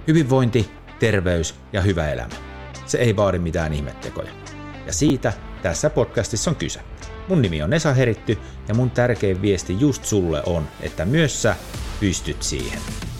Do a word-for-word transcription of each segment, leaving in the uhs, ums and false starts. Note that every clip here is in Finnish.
Hyvinvointi, terveys ja hyvä elämä. Se ei vaadi mitään ihmettekoja. Ja siitä tässä podcastissa on kyse. Mun nimi on Esa Heritty ja mun tärkein viesti just sulle on, että myös sä pystyt siihen.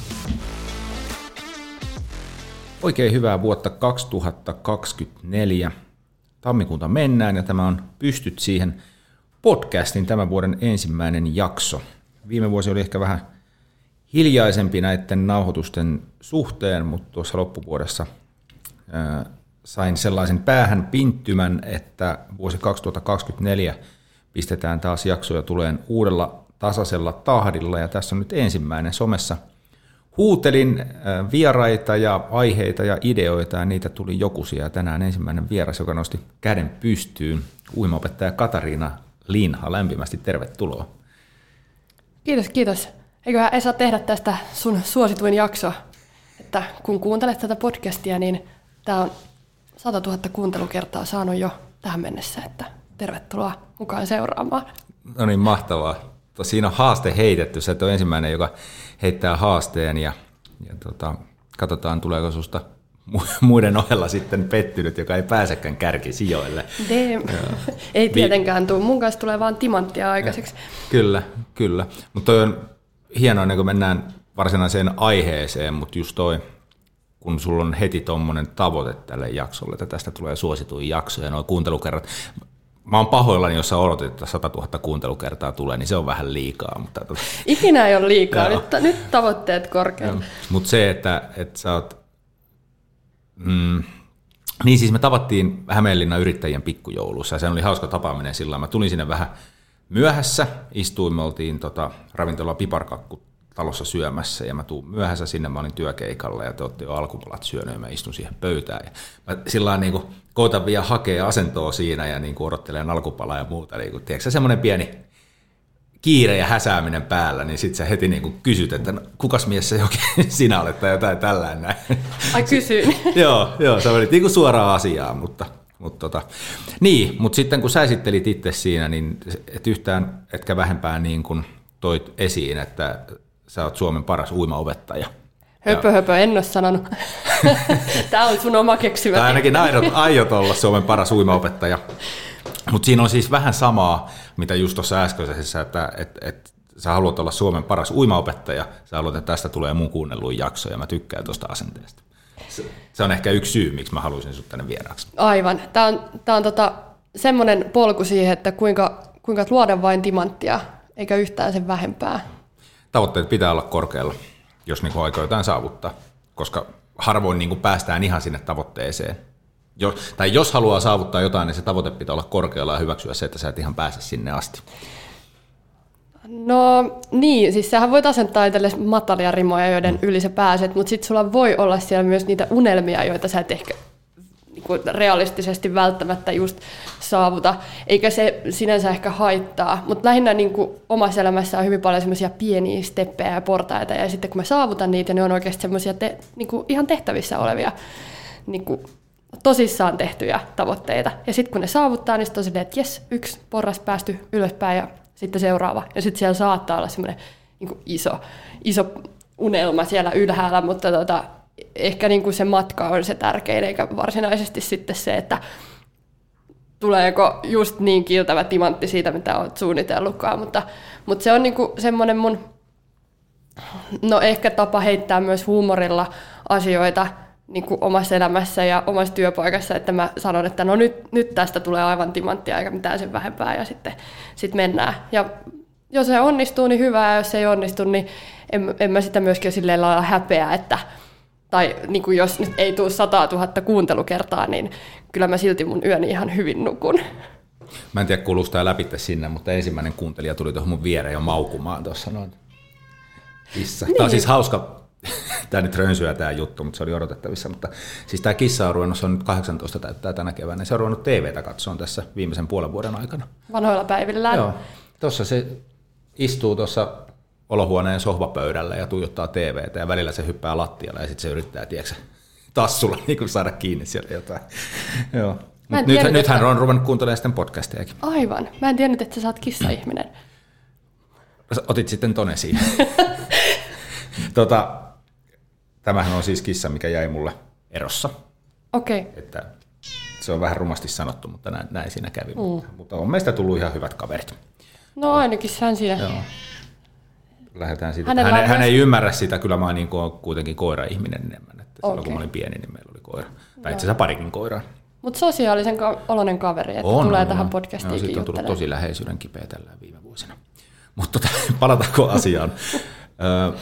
Oikein hyvää vuotta kaksituhattakaksikymmentäneljä. Tammikuuta mennään ja tämä on Pystyt siihen podcastin tämän vuoden ensimmäinen jakso. Viime vuosi oli ehkä vähän hiljaisempi näiden nauhoitusten suhteen, mutta tuossa loppuvuodessa ää, sain sellaisen päähän pinttymän, että vuosi kaksituhattakaksikymmentäneljä pistetään taas jaksoja tuleen uudella tasaisella tahdilla ja tässä on nyt ensimmäinen. Somessa huutelin ää, vieraita ja aiheita ja ideoita ja niitä tuli jokuisia ja tänään ensimmäinen vieras, joka nosti käden pystyyn, uimaopettaja Katariina Linha. Lämpimästi tervetuloa. Kiitos, kiitos. Eiköhän Esa tehdä tästä sun suosituin jakso, että kun kuuntelet tätä podcastia, niin tämä on sata tuhatta kuuntelukertaa saanut jo tähän mennessä, että tervetuloa mukaan seuraamaan. No niin, mahtavaa. Siinä on haaste heitetty, sä et ole ensimmäinen, joka heittää haasteen ja, ja tota, katsotaan tuleeko susta muiden ohella sitten pettynyt, joka ei pääsekään kärkisijoille. Ei tietenkään tule. Mun kanssa tulee vaan timanttia aikaiseksi. Kyllä, kyllä. Mutta toi on hienoa, ennen kuin mennään varsinaiseen aiheeseen, mutta just toi, kun sulla on heti tommonen tavoite tälle jaksolle, että tästä tulee suosituin jakso ja nuo kuuntelukerrat. Mä oon pahoillani, jos sä odotit, että sata tuhatta kuuntelukertaa tulee, niin se on vähän liikaa. Mutta ikinä ei ole liikaa, nyt, nyt tavoitteet korkealla. Mutta se, että, että sä oot Mm. Niin siis me tavattiin Hämeenlinnan yrittäjien pikkujoulussa ja se oli hauska tapaaminen sillä. Mä tulin sinne vähän myöhässä, istuimme, oltiin tota, ravintola Piparkakku talossa syömässä ja mä tuun myöhässä sinne, mä olin työkeikalla ja te olette jo alkupalat syönyt ja mä istun siihen pöytään. Ja mä sillä niin kuin koitan vielä hakea asentoa siinä ja niin kuin odottelen alkupalaa ja muuta. Niin kuin, tiedätkö, semmoinen pieni kiire ja häsääminen päällä, niin sit sä heti niin kuin kysyt, että no, kukas mies se oikein sinä olet tai jotain tällainen näin. Ai kysyin. joo, joo, sä olit niin kuin suoraan asiaan, mutta, mutta tota, niin, mutta sitten kun sä esittelit itse siinä, niin et yhtään etkä vähempää niin kuin toit esiin, että sä oot Suomen paras uimaopettaja. Höpö, höpö, en ole sanonut. Tää on sun oma keksimä. Tai ainakin aiot, aiot olla Suomen paras uimaopettaja. Mutta siinä on siis vähän samaa, mitä just tuossa äskeisessä, että et, et, sä haluat olla Suomen paras uimaopettaja, sä haluat, että tästä tulee mun kuunnelluin jakso, ja mä tykkään tuosta asenteesta. Se, se on ehkä yksi syy, miksi mä haluaisin sut tänne vieraaksi. Aivan. Tämä on, tää on tota, semmoinen polku siihen, että kuinka, kuinka luoda vain timanttia, eikä yhtään sen vähempää. Tavoitteet pitää olla korkealla, jos niinku aikoo jotain saavuttaa, koska harvoin niinku päästään ihan sinne tavoitteeseen. Jo, tai jos haluaa saavuttaa jotain, niin se tavoite pitää olla korkealla ja hyväksyä se, että sä et ihan pääse sinne asti. No niin, siis sähän voit asentaa itsellesi matalia rimoja, joiden mm. yli sä pääset, mutta sitten sulla voi olla siellä myös niitä unelmia, joita sä et ehkä niin kuin realistisesti välttämättä just saavuta, eikä se sinänsä ehkä haittaa, mutta lähinnä niin kuin omassa elämässä on hyvin paljon semmoisia pieniä steppejä ja portaita, ja sitten kun mä saavutan niitä, ne on oikeasti semmoisia te, niin kuin ihan tehtävissä olevia niin kuin tosissaan tehtyjä tavoitteita. Ja sitten kun ne saavuttaa, niin sitten on silleen, että jes, yksi porras päästy ylöspäin ja sitten seuraava. Ja sitten siellä saattaa olla semmoinen niin kuin iso, iso unelma siellä ylhäällä, mutta tota, ehkä niin kuin se matka on se tärkein, eikä varsinaisesti sitten se, että tuleeko just niin kiiltävä timantti siitä, mitä olet suunnitellutkaan. Mutta, mutta se on niin kuin semmoinen mun, no ehkä tapa heittää myös huumorilla asioita, niin kuin omassa elämässä ja omassa työpaikassa, että mä sanon, että no nyt, nyt tästä tulee aivan timanttia eikä mitään sen vähempää ja sitten sit mennään. Ja jos se onnistuu, niin hyvä, ja jos se ei onnistu, niin en, en mä sitä myöskään silleen lailla häpeä, että tai niin kuin jos nyt ei tule sata tuhatta kuuntelukertaa, niin kyllä mä silti mun yöni ihan hyvin nukun. Mä en tiedä, kuuluuko tää läpi sinne, mutta ensimmäinen kuuntelija tuli tuohon mun viereen jo maukumaan tuossa noin. Kissa. Niin. Tää on siis hauska. Tämä nyt rönsyä tämä juttu, mutta se oli odotettavissa. Mutta siis tämä kissa on ruvennut, se on nyt kahdeksantoista täyttää tänä keväänä, ja se on ruvennut T V:tä katsomaan tässä viimeisen puolen vuoden aikana. Vanhoilla päivillään. Joo. Tuossa se istuu tuossa olohuoneen sohvapöydällä ja tuijottaa T V:tä, ja välillä se hyppää lattialle, ja sitten se yrittää, tiedätkö, tassulla niin kuin saada kiinni sieltä jotain. Joo. Nyt, tiennyt, nyt hän että... on ruvennut kuuntelemaan sitten podcastejakin. Aivan. Mä en tiennyt, että sä oot kissa-ihminen. Otit sitten ton esiin. tota, tämähän on siis kissa, mikä jäi mulle erossa. Okei. Okay. Että se on vähän rumasti sanottu, mutta näin, näin siinä kävi. Mm. Mutta, mutta on meistä tullut ihan hyvät kaverit. No ainakin hän siinä. Joo. Lähdetään siitä. Hän, hän, hän ei ymmärrä sitä, kyllä mä niin kuin kuitenkin koira-ihminen enemmän. Että okay. Silloin kun mä olin pieni, niin meillä oli koira. Tai itse asiassa parikin koiraa. Mutta sosiaalisen ka- oloinen kaveri, että on, tulee on, tähän podcastiin. Siitä on tullut tosi läheisyyden kipeä tällä viime vuosina. Mutta tota, palataanko asiaan. Ö,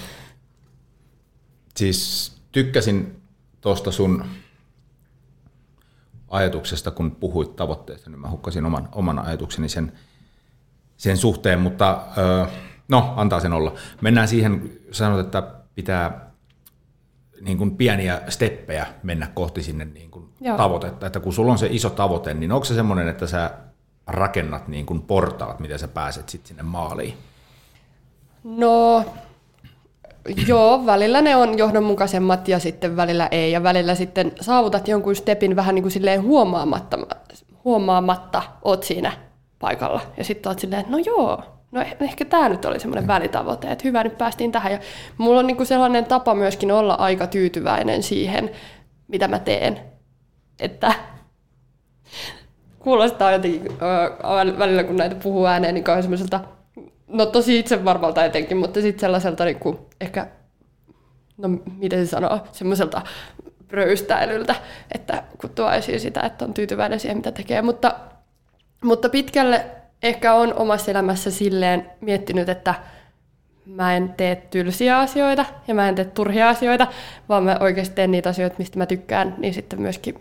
siis tykkäsin tuosta sun ajatuksesta, kun puhuit tavoitteesta, niin mä hukkasin oman, oman ajatukseni sen, sen suhteen, mutta ö, no, antaa sen olla. Mennään siihen, sanot, että pitää niin kuin pieniä steppejä mennä kohti sinne niin kuin tavoitetta, että kun sulla on se iso tavoite, niin onko se semmoinen, että sä rakennat niin kuin portaat, miten sä pääset sitten sinne maaliin? No, joo, välillä ne on johdonmukaisemmat ja sitten välillä ei, ja välillä sitten saavutat jonkun stepin vähän niin kuin silleen huomaamatta, huomaamatta oot siinä paikalla, ja sitten oot silleen, että no joo, no ehkä tämä nyt oli semmoinen välitavoite, että hyvä, nyt päästiin tähän. Ja mulla on niinku sellainen tapa myöskin olla aika tyytyväinen siihen, mitä mä teen. Että kuulostaa jotenkin äh, välillä, kun näitä puhuu ääneen, niin kauhean semmoiselta, no tosi itsevarmalta etenkin, mutta sitten sellaiselta niinku ehkä, no miten se sanoo, semmoiselta pröystäilyltä, että kun tuo esiin sitä, että on tyytyväinen siihen, mitä tekee. Mutta, mutta pitkälle ehkä on omassa elämässä silleen miettinyt, että mä en tee tylsiä asioita ja mä en tee turhia asioita, vaan mä oikeasti teen niitä asioita, mistä mä tykkään, niin sitten myöskin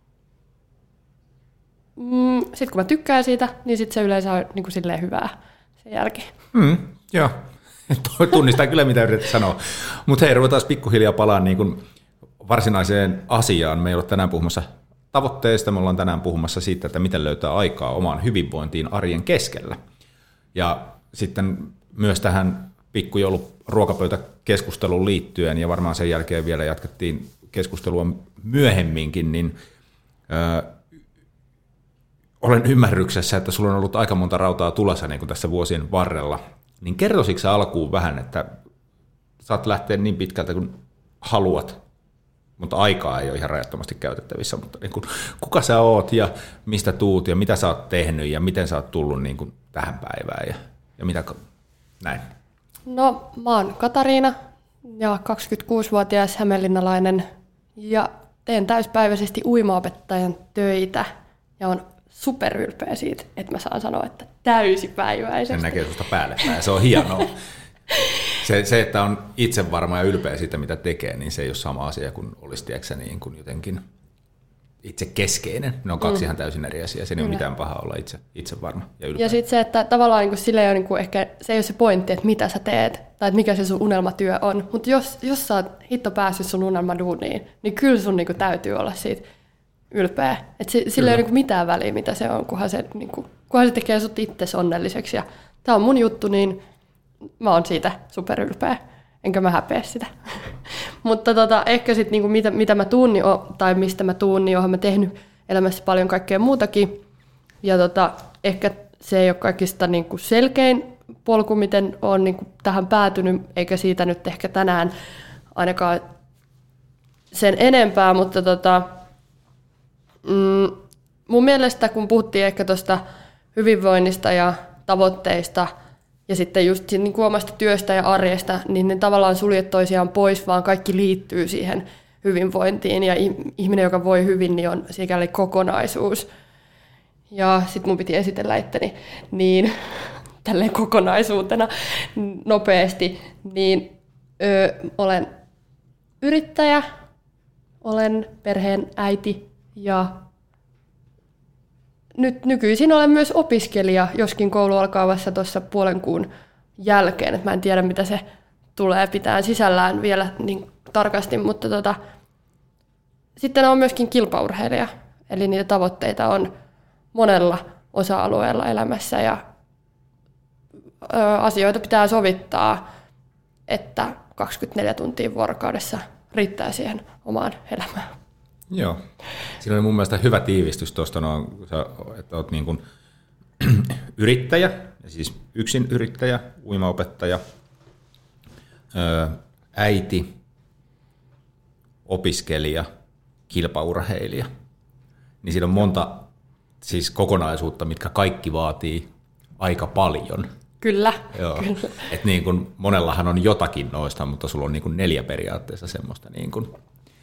mm, sitten kun mä tykkään siitä, niin sitten se yleensä on niin kuin silleen hyvää sen jälkeen. Mm, joo, tunnistaa kyllä mitä yrität sanoa. Mutta hei, ruvetaan pikkuhiljaa palaan niin kuin varsinaiseen asiaan. Me ei ole tänään puhumassa tavoitteista, me ollaan tänään puhumassa siitä, että miten löytää aikaa omaan hyvinvointiin arjen keskellä. Ja sitten myös tähän pikkujouluruokapöytäkeskusteluun liittyen, ja varmaan sen jälkeen vielä jatkettiin keskustelua myöhemminkin, niin ö, olen ymmärryksessä, että sulla on ollut aika monta rautaa tulassa niin kuin tässä vuosien varrella. Niin kertoisitko sä alkuun vähän, että saat lähteä niin pitkältä kuin haluat, mutta aikaa ei ole ihan rajattomasti käytettävissä, mutta niin kuin, kuka sä oot ja mistä tuut ja mitä sä oot tehnyt ja miten sä oot tullut niin kuin tähän päivään ja, ja mitä näin? No mä oon Katariina ja kaksikymmentäkuusivuotias hämeenlinnalainen ja teen täyspäiväisesti uimaopettajan töitä ja on superylpeä siitä, että mä saan sanoa, että täysipäiväisesti. Sen näkee susta päälle päin, se on hienoa. Se, se, että on itsevarma ja ylpeä siitä, mitä tekee, niin se ei ole sama asia kuin olisi tiedätkö, niin kuin jotenkin itse keskeinen. Ne on kaksi mm. ihan täysin eri asiaa. Se ei ole mitään pahaa olla itse, itsevarma ja ylpeä. Ja sitten se, että tavallaan niin kuin sille ei ole, niin kuin ehkä, se ei ole se pointti, että mitä sä teet tai että mikä se sun unelmatyö on. Mutta jos, jos sä oot hitto päässyt sun unelmaduuniin, niin kyllä sun niin kuin täytyy olla siitä ylpeä. Että se, sillä ei ole niin kuin mitään väliä, mitä se on, kunhan se, niin kuin, kunhan se tekee sut itse onnelliseksi. Ja tää on mun juttu, niin mä oon siitä superylpeä, enkä mä häpeä sitä. Mutta tota, ehkä sitten niinku mitä, mitä mä tuun, niin o, tai mistä mä tuun, niin oonhan mä tehnyt elämässä paljon kaikkea muutakin. Ja tota, ehkä se ei ole kaikista niinku selkein polku, miten oon niinku tähän päätynyt, eikä siitä nyt ehkä tänään ainakaan sen enempää. Mutta tota, mm, mun mielestä, kun puhuttiin ehkä tuosta hyvinvoinnista ja tavoitteista, ja sitten just niin kuin omasta työstä ja arjesta, niin ne tavallaan suljet toisiaan pois, vaan kaikki liittyy siihen hyvinvointiin. Ja ihminen, joka voi hyvin, niin on sikäli kokonaisuus. Ja sitten mun piti esitellä itteni niin tälleen kokonaisuutena nopeasti. Niin ö, olen yrittäjä, olen perheen äiti ja nyt nykyisin olen myös opiskelija, joskin koulu alkaa vasta tuossa puolen kuun jälkeen. Et mä en tiedä, mitä se tulee pitää sisällään vielä niin tarkasti, mutta tota, sitten on myöskin kilpaurheilija. Eli niitä tavoitteita on monella osa-alueella elämässä ja ö, asioita pitää sovittaa, että kaksikymmentäneljä tuntia vuorokaudessa riittää siihen omaan elämään. Joo. Siinä oli mun mielestä hyvä tiivistys tuosta, no, että olet niin kuin yrittäjä, siis yksin yrittäjä, uimaopettaja, äiti opiskelija, kilpaurheilija. Niin siinä on monta siis kokonaisuutta, mitkä kaikki vaatii aika paljon. Kyllä. Joo. Kyllä. Et niin kun monellahan on jotakin noista, mutta sulla on niin kun neljä periaatteessa semmoista niin kun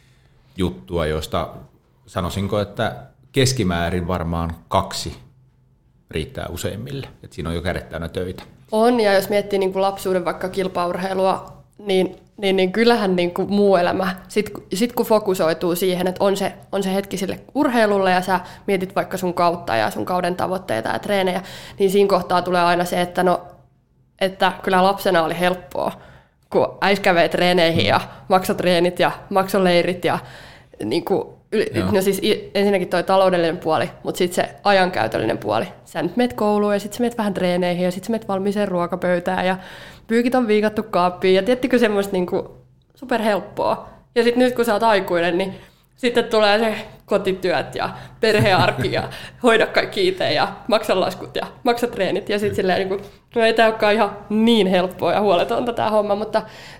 juttua, joista sanoisinko, että keskimäärin varmaan kaksi riittää useimmille. Et siinä on jo kädet täynnä töitä. On, ja jos miettii niin kuin lapsuuden vaikka kilpaurheilua, niin, niin, niin kyllähän niin kuin muu elämä, sitten sit kun fokusoituu siihen, että on se, on se hetki sille urheilulle ja sä mietit vaikka sun kautta ja sun kauden tavoitteita ja treenejä, niin siinä kohtaa tulee aina se, että, no, että kyllä lapsena oli helppoa, kun äis kävee treeneihin ja maksotreenit ja maksoleirit ja niin kuin, no siis ensinnäkin toi taloudellinen puoli, mutta sitten se ajankäytöllinen puoli. Sä nyt meet kouluun ja sitten sä meet vähän treeneihin ja sitten sä meet valmiiseen ruokapöytään ja pyykit on viikattu kaappiin ja tiettikö semmoista niinku superhelppoa. Ja sitten nyt kun sä oot aikuinen, niin sitten tulee se kotityöt ja perhearki ja hoida kaikki itse ja maksa laskut ja maksa treenit. Ja sitten silleen, niin kuin, no ei tämä olekaan ihan niin helppoa ja huoletonta tämä homma, mutta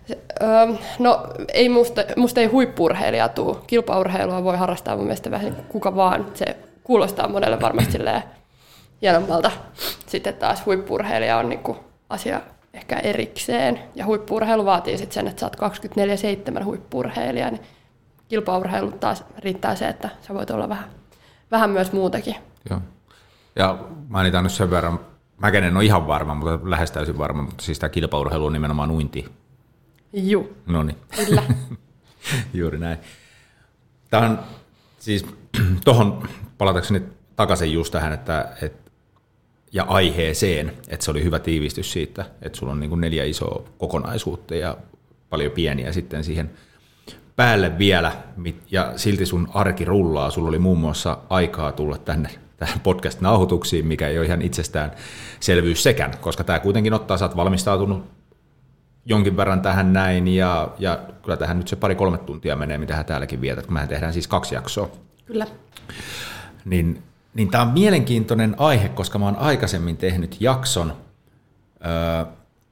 öö, no ei musta, musta ei huippu-urheilija tule. Kilpaurheilua voi harrastaa mun mielestä vähän kuka vaan. Se kuulostaa monelle varmasti silleen hienommalta. Sitten taas huippu-urheilija on niin kuin asia ehkä erikseen. Ja huippu-urheilu vaatii sitten sen, että sä oot kaksikymmentäneljä seitsemän huippu-urheilija, niin kilpaurheilu taas riittää se, että sä voit olla vähän, vähän myös muutakin. Joo. Ja mainitaan nyt sen verran, mäkään en ole ihan varma, mutta lähes täysin varma, mutta siis tämä kilpaurheilu on nimenomaan uinti. Juu. Noniin. Kyllä. Juuri näin. Tämä on siis, tuohon palatakseni takaisin just tähän, että, että ja aiheeseen, että se oli hyvä tiivistys siitä, että sulla on niin kuin neljä isoa kokonaisuutta ja paljon pieniä sitten siihen päälle vielä, ja silti sun arki rullaa. Sulla oli muun muassa aikaa tulla tänne tähän podcast-nauhoituksiin, mikä ei ole ihan itsestäänselvyys sekään, koska tämä kuitenkin ottaa, sä oot valmistautunut jonkin verran tähän näin, ja, ja kyllä tähän nyt se pari-kolme tuntia menee, mitä täälläkin vietät, kun mehän tehdään siis kaksi jaksoa. Kyllä. Niin, niin tämä on mielenkiintoinen aihe, koska mä oon aikaisemmin tehnyt jakson ö,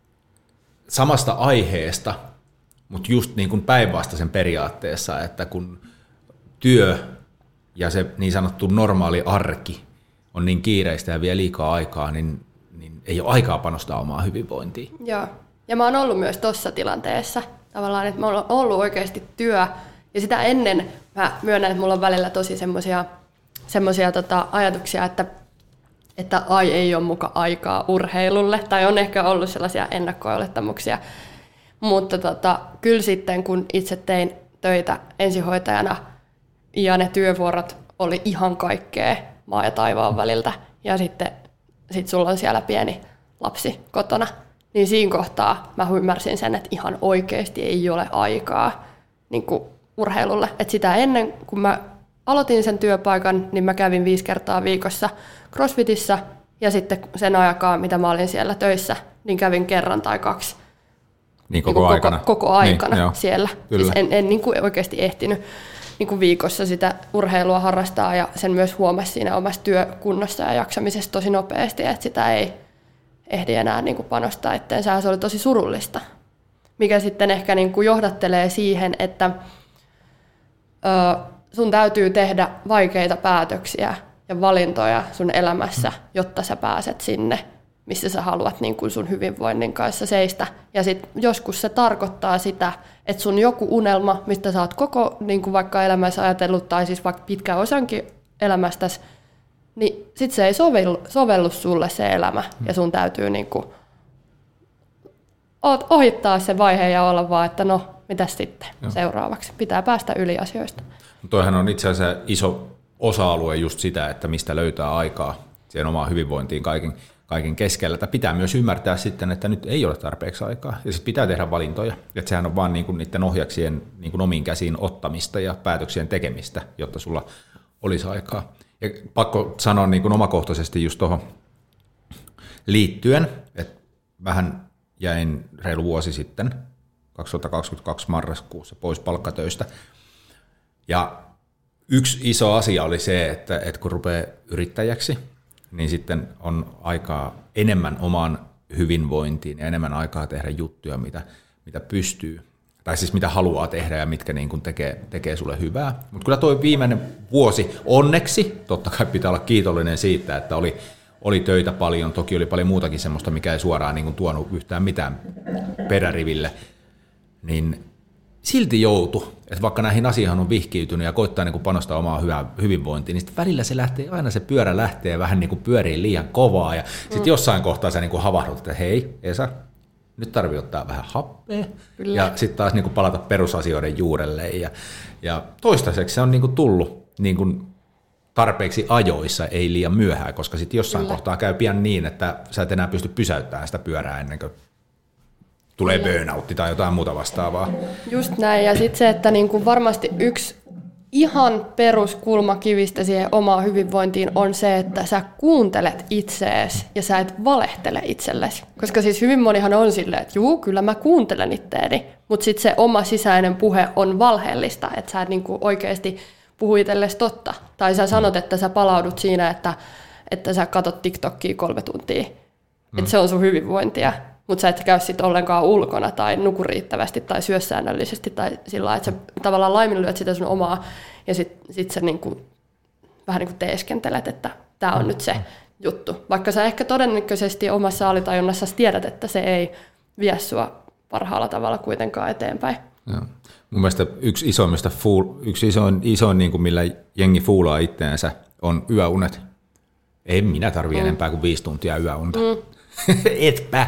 samasta aiheesta, mutta just niin kuin päinvastaisen periaatteessa, että kun työ ja se niin sanottu normaali arki on niin kiireistä ja vie liikaa aikaa, niin, niin ei ole aikaa panostaa omaa hyvinvointiin. Joo, ja mä oon ollut myös tuossa tilanteessa tavallaan, että mä oon ollut oikeasti työ, ja sitä ennen mä myönnän, että mulla on välillä tosi semmoisia semmoisia tota, ajatuksia, että, että ai ei ole muka aikaa urheilulle, tai on ehkä ollut sellaisia ennakko-olettamuksia. Mutta tota, kyllä sitten, kun itse tein töitä ensihoitajana, ja ne työvuorot oli ihan kaikkea maa ja taivaan väliltä, ja sitten sit sulla on siellä pieni lapsi kotona, niin siinä kohtaa mä ymmärsin sen, että ihan oikeasti ei ole aikaa niin kuin urheilulle. Et sitä ennen, kun mä aloitin sen työpaikan, niin mä kävin viisi kertaa viikossa CrossFitissä, ja sitten sen aikaa, mitä mä olin siellä töissä, niin kävin kerran tai kaksi. Niin koko niin aikana? Koko, koko aikana niin, siellä. Siis en en niin kuin oikeasti ehtinyt niin kuin viikossa sitä urheilua harrastaa, ja sen myös huomasi siinä omassa työkunnossa ja jaksamisessa tosi nopeasti, että sitä ei ehdi enää niin kuin panostaa itteensä. Se oli tosi surullista, mikä sitten ehkä niin kuin johdattelee siihen, että ö, sun täytyy tehdä vaikeita päätöksiä ja valintoja sun elämässä, jotta sä pääset sinne, missä sä haluat niin kuin sun hyvinvoinnin kanssa seistä. Ja sit joskus se tarkoittaa sitä, että sun joku unelma, mistä sä oot koko niin kuin vaikka elämässä ajatellut, tai siis vaikka pitkän osankin elämästäsi, niin sit se ei sovellu, sovellu sulle se elämä, hmm. ja sun täytyy niin kuin ohittaa se vaihe ja olla vaan, että no, mitäs sitten Joo. seuraavaksi. Pitää päästä yli asioista. Toihan on itse asiassa iso osa-alue just sitä, että mistä löytää aikaa siihen omaan hyvinvointiin kaiken, kaiken keskellä. Että pitää myös ymmärtää sitten, että nyt ei ole tarpeeksi aikaa. Ja sitten pitää tehdä valintoja. Että sehän on vaan niin kuin niiden ohjaksien niin kuin omiin käsiin ottamista ja päätöksien tekemistä, jotta sulla olisi aikaa. Ja pakko sanoa niin kuin omakohtaisesti just tuohon liittyen, että vähän jäin reilu vuosi sitten, kaksituhattakaksikymmentäkaksi marraskuussa pois palkkatöistä. Ja yksi iso asia oli se, että, että kun rupeaa yrittäjäksi, niin sitten on aikaa enemmän omaan hyvinvointiin ja enemmän aikaa tehdä juttuja, mitä, mitä pystyy tai siis mitä haluaa tehdä ja mitkä niin kuin tekee, tekee sulle hyvää. Mutta kyllä toi viimeinen vuosi onneksi, totta kai pitää olla kiitollinen siitä, että oli, oli töitä paljon, toki oli paljon muutakin semmoista, mikä ei suoraan niin kuin tuonut yhtään mitään peräriville, niin silti joutu, että vaikka näihin asioihin on vihkiytynyt ja koittaa niin kuin panostaa omaa hyvää hyvinvointia, niin välillä se lähtee, aina se pyörä lähtee vähän niin kuin pyörii liian kovaa ja sitten mm. jossain kohtaa sä niin kuin havahdut, että hei Esa, nyt tarvii ottaa vähän happea Kyllä. ja sitten taas niin kuin palata perusasioiden juurelle ja, ja toistaiseksi se on niin kuin tullut niin kuin tarpeeksi ajoissa, ei liian myöhään, koska sitten jossain Kyllä. kohtaa käy pian niin, että sä et enää pysty pysäyttämään sitä pyörää ennen kuin tulee burnoutti tai jotain muuta vastaavaa. Just näin, ja sitten se, että niinku varmasti yksi ihan peruskulmakivistä siihen omaan hyvinvointiin on se, että sä kuuntelet itseesi ja sä et valehtele itsellesi. Koska siis hyvin monihan on silleen, että juu, kyllä mä kuuntelen itteeni, mutta sitten se oma sisäinen puhe on valheellista, että sä et niinku oikeasti puhu itsellesi totta. Tai sä sanot, että sä palaudut siinä, että, että sä katot TikTokia kolme tuntia, mm. että se on sun hyvinvointia. Mutta sä et käy sitten ollenkaan ulkona tai nuku riittävästi tai syö säännöllisesti tai sillä lailla, että sä tavallaan laiminlyöt sitä sun omaa ja sitten sit sä niinku, vähän niin kuin teeskentelet, että tämä on nyt se juttu. Vaikka sä ehkä todennäköisesti omassa alitajunnassasi tiedät, että se ei vie sua parhaalla tavalla kuitenkaan eteenpäin. Joo. Mun mielestä yksi isoimmista, yksi isoin, isoin niin kuin millä jengi fuulaa itteensä on yöunet. En minä tarvii mm. enempää kuin viisi tuntia yöunta. Mm. Etpä.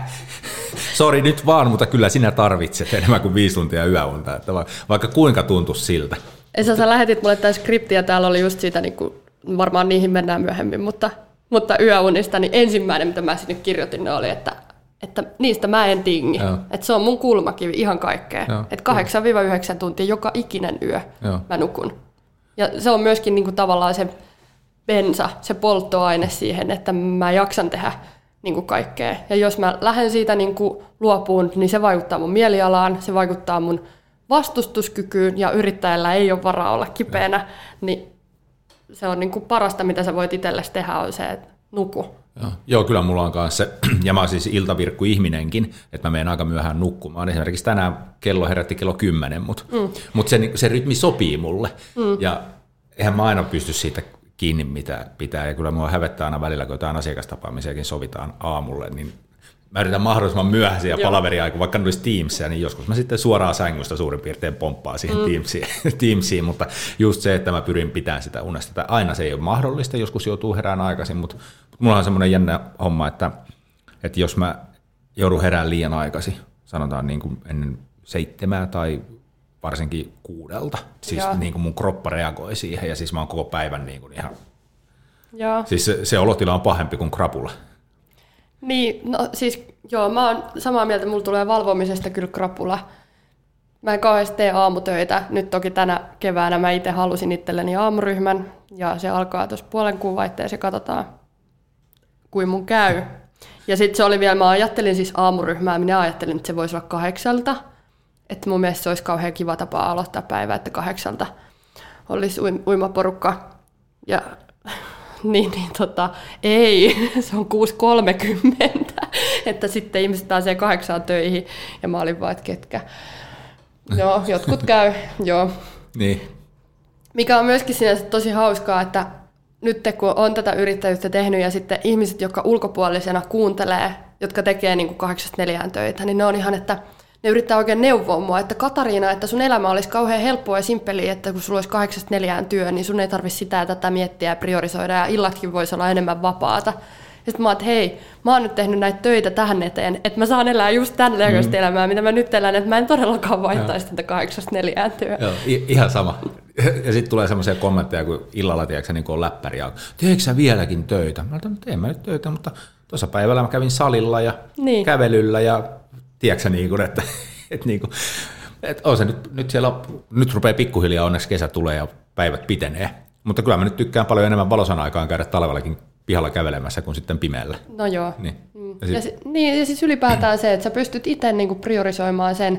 Sori nyt vaan, mutta kyllä sinä tarvitset enemmän kuin viisi tuntia yöunta, että vaikka kuinka tuntuisi siltä. Esa, sä lähetit mulle tämä skripti ja täällä oli just siitä, niin kuin, varmaan niihin mennään myöhemmin, mutta, mutta yöunista, niin ensimmäinen, mitä mä sinne kirjoitin, oli, että, että niistä mä en tingi. Joo. Että se on mun kulmakivi ihan kaikkea. Joo. Että kahdeksan yhdeksän tuntia joka ikinen yö Joo. mä nukun. Ja se on myöskin niin kuin, tavallaan se bensa, se polttoaine siihen, että mä jaksan tehdä niin kuin kaikkea. Ja jos mä lähden siitä niin kuin luopuun, niin se vaikuttaa mun mielialaan, se vaikuttaa mun vastustuskykyyn, ja yrittäjällä ei ole varaa olla kipeänä, niin se on niin kuin parasta, mitä sä voit itsellesi tehdä, on se, että nuku. Joo, Joo kyllä mulla on kanssa se, ja mä oon siis iltavirkku-ihminenkin, että mä menen aika myöhään nukkumaan. Esimerkiksi tänään kello herätti kello kymmenen, mutta mm. mut se, se rytmi sopii mulle, mm. ja eihän mä aina pysty siitä kiinni mitä pitää, ja kyllä mua hävettää aina välillä, kun jotain asiakastapaamisiakin sovitaan aamulle, niin mä yritän mahdollisimman myöhäisiä ja palaveriaikaa, vaikka ne olisi Teamsia, niin joskus mä sitten suoraan sängystä suurin piirtein pomppaan siihen mm. Teamsiin, Teamsiin, mutta just se, että mä pyrin pitämään sitä unesta, että aina se ei ole mahdollista, joskus joutuu herään aikaisin, mutta mulla on semmoinen jännä homma, että, että jos mä joudun herään liian aikaisin, sanotaan niin kuin ennen seitsemää tai varsinkin kuudelta. Siis niin kuin mun kroppa reagoi siihen ja siis mä oon koko päivän niin kuin ihan... Joo. Siis se, se olotila on pahempi kuin krapula. Niin, no siis joo, mä oon samaa mieltä, mulla tulee valvomisesta kyllä krapula. Mä en kauheasti tee aamutöitä. Nyt toki tänä keväänä mä itse halusin itselleni aamuryhmän ja se alkaa tuossa puolen kuun vaihteessa ja katsotaan, kuin mun käy. Ja sitten se oli vielä, mä ajattelin siis aamuryhmää, minä ajattelin, että se voisi olla kahdeksalta. Että mun mielestä se olisi kauhean kiva tapa aloittaa päivää, että kahdeksalta olisi uimaporukka. Ja niin, niin tota, ei, se on kuusi kolmekymmentä, että sitten ihmiset pääsee kahdeksaan töihin, ja mä olin vaan, että ketkä. Joo, jotkut käy, joo. Niin. Mikä on myöskin sinänsä tosi hauskaa, että nyt kun on tätä yrittäjyyttä tehnyt, ja sitten ihmiset, jotka ulkopuolisena kuuntelee, jotka tekee niin kuin kahdeksasta neljään töitä, niin ne on ihan, että ne yrittää oikein neuvoa mua, että Katariina, että sun elämä olisi kauhean helppoa ja simppeliä, että kun sulla olisi kahdeksasta neljään työ, niin sun ei tarvitse sitä ja tätä miettiä ja priorisoida, ja illatkin voisi olla enemmän vapaata. Ja sitten mä oon, että hei, mä oon nyt tehnyt näitä töitä tähän eteen, että mä saan elää just tämän näköistä mm. elämää, mitä mä nyt elän, että mä en todellakaan vaihtaisi tätä kahdeksasta neljään työ. Joo, ihan sama. Ja sitten tulee semmoisia kommentteja, kun illalla tiedätkö, niin kun on läppäri ja teekö sä vieläkin töitä? Mä olen, teen mä nyt töitä, mutta tuossa päivällä mä kävin salilla ja niin. kävelyllä ja tiedätkö niin kuin, että, että, niin kuin, että on se nyt, nyt siellä on, nyt rupeaa pikkuhiljaa, onneksi kesä tulee ja päivät pitenee. Mutta kyllä mä nyt tykkään paljon enemmän valosan aikaan käydä talvellakin pihalla kävelemässä kuin sitten pimeällä. No joo. Niin. Ja, ja, si- niin, ja siis ylipäätään se, että sä pystyt itse niinku priorisoimaan sen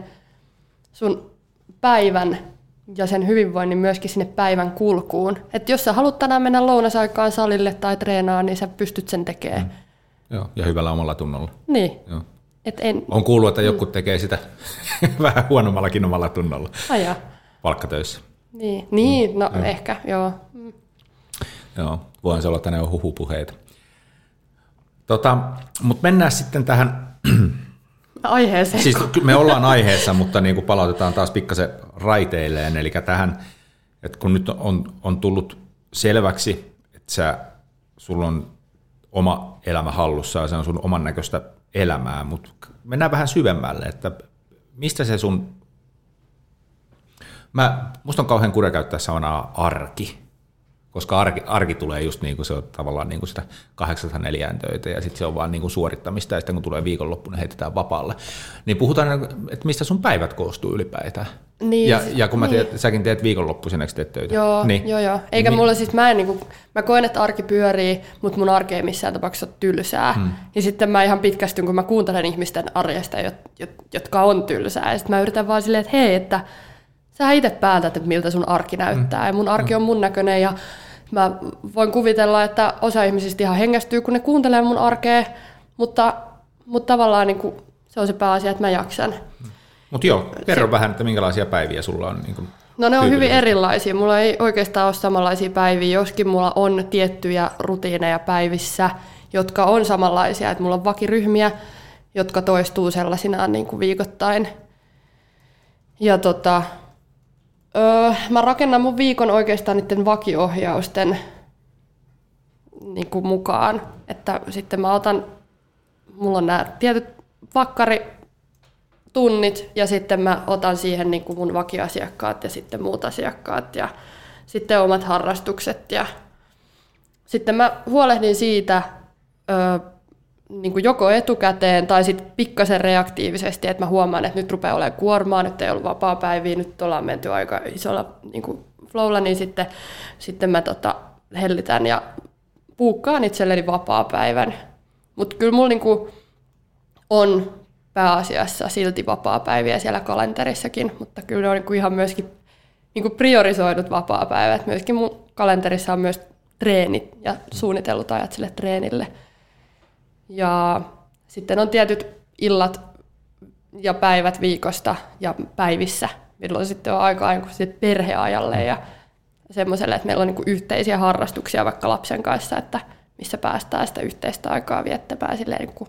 sun päivän ja sen hyvinvoinnin myöskin sinne päivän kulkuun. Että jos sä haluat tänään mennä lounasaikaan salille tai treenaan, niin sä pystyt sen tekemään. Mm. Joo, ja hyvällä omalla tunnolla. Niin. Joo. Et en... On kuullut, että jotkut tekee sitä vähän huonommallakin omalla tunnolla Aja. palkkatöissä. Niin, niin no mm. ehkä, joo. Mm. Joo, voin se olla, että ne on huhupuheita. Tota, mutta mennään sitten tähän aiheeseen. Siis me ollaan aiheessa, mutta niin kuin palautetaan taas pikkasen raiteilleen, eli tähän, että kun nyt on, on tullut selväksi, että sä, sulla on oma elämä hallussa ja se on sun oman näköistä elämää, mutta mennään vähän syvemmälle, että mistä se sun, mä, musta on kauhean kurja käyttää sanaa arki, koska arki, arki tulee just niin kuin se on tavallaan niin kuin sitä kahdeksasta neljään töitä ja sitten se on vaan niin kuin suorittamista ja sitten kun tulee viikonloppu, niin heitetään vapaalle. Niin puhutaan, että mistä sun päivät koostuu ylipäätään. Niin, ja, ja kun mä niin. teet, säkin teet viikonloppuiseksi teet töitä. Joo, niin. joo, joo. Eikä niin. mulla siis, mä en niinku, mä koen, että arki pyörii, mutta mun arki ei missään tapauksessa ole tylsää. Hmm. Ja sitten mä ihan pitkästyn, kun mä kuuntelen ihmisten arjesta, jotka on tylsää. Ja sitten mä yritän vaan silleen, että hei, että sä itse päätät, että miltä sun arki näyttää. Hmm. Ja mun arki on mun näköinen ja mä voin kuvitella, että osa ihmisistä ihan hengästyy, kun ne kuuntelee mun arkea, mutta, mutta tavallaan niin kuin, se on se pääasia, että mä jaksan. Mutta joo, kerro se, vähän, että minkälaisia päiviä sulla on. Niin kuin no ne on hyvin erilaisia. Mulla ei oikeastaan ole samanlaisia päiviä, joskin mulla on tiettyjä rutiineja päivissä, jotka on samanlaisia. Että mulla on vakiryhmiä, jotka toistuu sellaisinaan niin kuin viikoittain. Ja tota... Öö, mä rakennan mun viikon oikeastaan niiden vakiohjausten niin kuin mukaan, että sitten mä otan, mulla on nämä tietyt vakkaritunnit ja sitten mä otan siihen niin kuin mun vakiasiakkaat ja sitten muut asiakkaat ja sitten omat harrastukset ja sitten mä huolehdin siitä öö, niin kuin joko etukäteen tai sitten pikkasen reaktiivisesti, että mä huomaan, että nyt rupeaa olemaan kuormaa, nyt ei ollut vapaapäiviä, nyt ollaan menty aika isolla niin kuin flowlla, niin sitten, sitten mä tota, hellitän ja puukkaan itselleni vapaapäivän. Mutta kyllä mulla niin kuin on pääasiassa silti vapaapäiviä siellä kalenterissakin, mutta kyllä ne on niin kuin ihan myöskin niin kuin priorisoidut vapaapäivät. Myöskin mun kalenterissa on myös treenit ja suunnitellut ajat sille treenille. Ja sitten on tietyt illat ja päivät viikosta ja päivissä, milloin sitten on aikaa niin perheajalle ja semmoiselle, että meillä on niin kuin yhteisiä harrastuksia vaikka lapsen kanssa, että missä päästään sitä yhteistä aikaa viettämään. Silleen niin kuin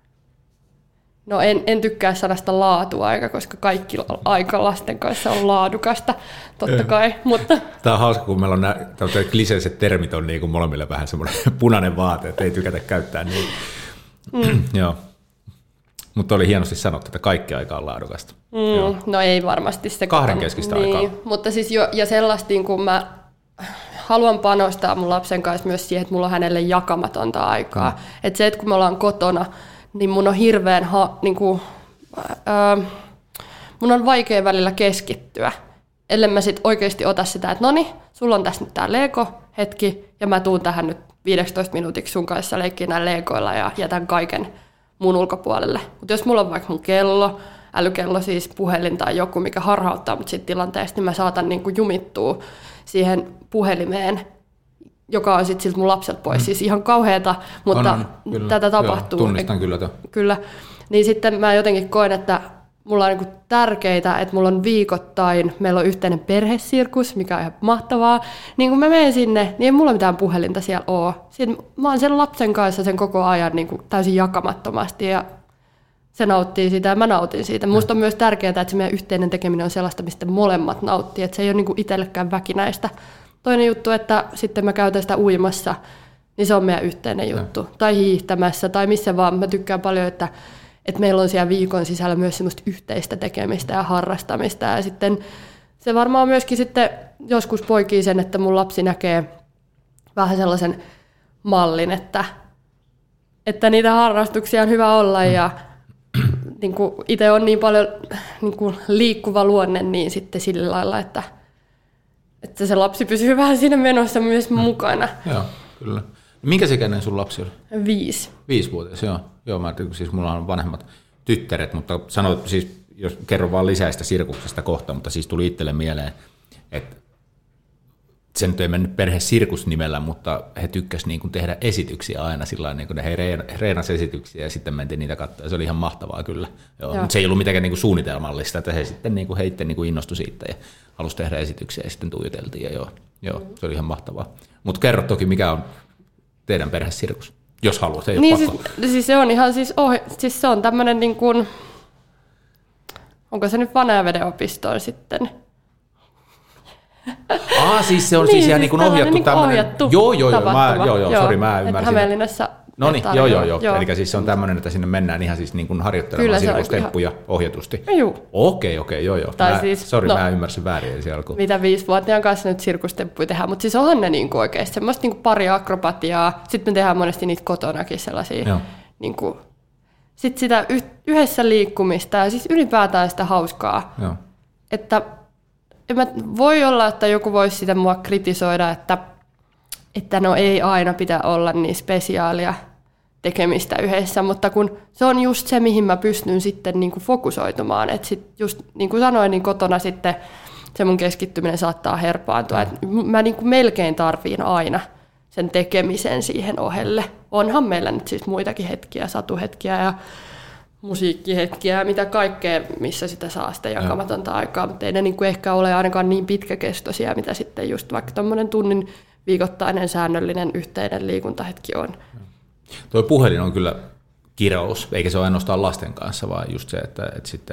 no en, en tykkää sanasta laatuaika, koska kaikki aika lasten kanssa on laadukasta, totta kai. Mutta... Tämä on hauska, kun meillä on nämä kliseiset termit on niin kuin molemmille vähän semmoinen punainen vaate, että ei tykätä käyttää niin. Mm. Joo. Mutta oli hienosti sanottu, että kaikki aika on laadukasta. Mm, Joo. No ei varmasti se. Kahdenkeskistä niin, aikaa. Mutta siis jo, ja sellaista, kun mä haluan panostaa mun lapsen kanssa myös siihen, että mulla on hänelle jakamatonta aikaa. Mm. Että se, että kun me ollaan kotona, niin mun on hirveän, ha, niin kuin, ää, mun on vaikea välillä keskittyä, ellei mä sit oikeasti ota sitä, että noni, sulla on tässä nyt tää Lego-hetki, ja mä tuun tähän nyt viisitoista minuutiksi sun kanssa leikkiin näillä Legoilla ja jätän kaiken mun ulkopuolelle. Mutta jos mulla on vaikka mun kello, älykello siis puhelin tai joku, mikä harhauttaa mut siitä tilanteesta, niin mä saatan niin kuin jumittua siihen puhelimeen, joka on sitten siltä mun lapselta pois. Mm. Siis ihan kauheata, mutta on, on, tätä tapahtuu. Joo, tunnistan kyllä tämän. Kyllä. Niin sitten mä jotenkin koen, että mulla on niinku tärkeää, että mulla on viikoittain, meillä on yhteinen perhesirkus, mikä on ihan mahtavaa. Niin kun mä menen sinne, niin ei mulla mitään puhelinta siellä ole. Sitten mä oon sen lapsen kanssa sen koko ajan niinku täysin jakamattomasti ja se nauttii siitä ja mä nautin siitä. Musta on myös tärkeää, että se meidän yhteinen tekeminen on sellaista, mistä molemmat nauttii, että se ei ole niinku itsellekään väkinäistä. Toinen juttu, että sitten mä käytän sitä uimassa, niin se on meidän yhteinen juttu. Ja. Tai hiihtämässä tai missä vaan. Mä tykkään paljon, että, että meillä on siellä viikon sisällä myös semmoista yhteistä tekemistä ja harrastamista. Ja sitten se varmaan myöskin sitten joskus poikii sen, että mun lapsi näkee vähän sellaisen mallin, että, että niitä harrastuksia on hyvä olla. Ja niin kuin itse on niin paljon niin kuin liikkuva luonne, niin sitten sillä lailla, että että se lapsi pysyy vähän siinä menossa myös mukana. Mm. Joo, kyllä. Minkä ikäinen sun lapsi oli? Viisi. Viisivuotias, joo. Joo, mä siis mulla on vanhemmat tyttäret, mutta sanoit siis, jos kerron vaan lisää sitä sirkuksesta kohta, mutta siis tuli itselle mieleen, että se nyt ei mennyt perhesirkusnimellä, mutta he tykkäsivät niin kuin tehdä esityksiä aina sillä niin kuin ne he reenasi esityksiä ja sitten mentiin niitä katsoa. Se oli ihan mahtavaa kyllä. Joo, mutta se ei ollut mitenkään niin kuin suunnitelmallista, että he sitten niin kuin he itse niin kuin innostui siitä ja halusi tehdä esityksiä ja sitten tuijoteltiin ja joo, joo se oli ihan mahtavaa. Mutta kerro toki, mikä on teidän perhesirkus, jos haluat, ei niin ole pakko. Siis, siis se on ihan siis, ohi, siis se on tämmöinen niin kuin, onko se nyt Vanajaveden opistoon sitten? Ah, siis se on niin, siis ihan siis niin ohjattu niin tämmöinen. Ohjattu joo, joo, joo, mä, joo, joo, joo, sori, mä ymmärsin. Hämeenlinnassa. No niin, joo, joo, joo. Eli siis se on tämmöinen, että sinne mennään ihan siis niin kuin harjoittelemaan sirkustemppuja ihan ohjatusti. Joo. Okei, okei, joo, joo. Mä, siis, sori, no, mä ymmärsin väärin ensi alkuun. Mitä viisivuotiaan kanssa nyt sirkustemppuja tehdään, mutta siis onhan ne niin kuin oikeasti semmoista niin kuin pari akrobatiaa. Sitten me tehdään monesti niitä kotonakin sellaisia. Niin kuin, sitten sitä yhdessä liikkumista ja siis ylipäätään sitä hauskaa. Joo. Että mä, voi olla, että joku voisi sitä mua kritisoida, että, että no ei aina pitää olla niin spesiaalia tekemistä yhdessä, mutta kun se on just se, mihin mä pystyn sitten niin kuin fokusoitumaan. Että sit just niin kuin sanoin, niin kotona sitten se mun keskittyminen saattaa herpaantua. Et mä niin kuin melkein tarviin aina sen tekemisen siihen ohelle. Onhan meillä nyt siis muitakin hetkiä, satuhetkiä ja musiikkihetkiä ja mitä kaikkea, missä sitä saa sitä jakamatonta aikaa, mutta ei ne niin kuin ehkä ole ainakaan niin pitkäkestoisia, mitä sitten just vaikka tuommoinen tunnin viikoittainen säännöllinen yhteinen liikuntahetki on. Tuo puhelin on kyllä kirous, eikä se ole ainoastaan lasten kanssa, vaan just se, että, että sitten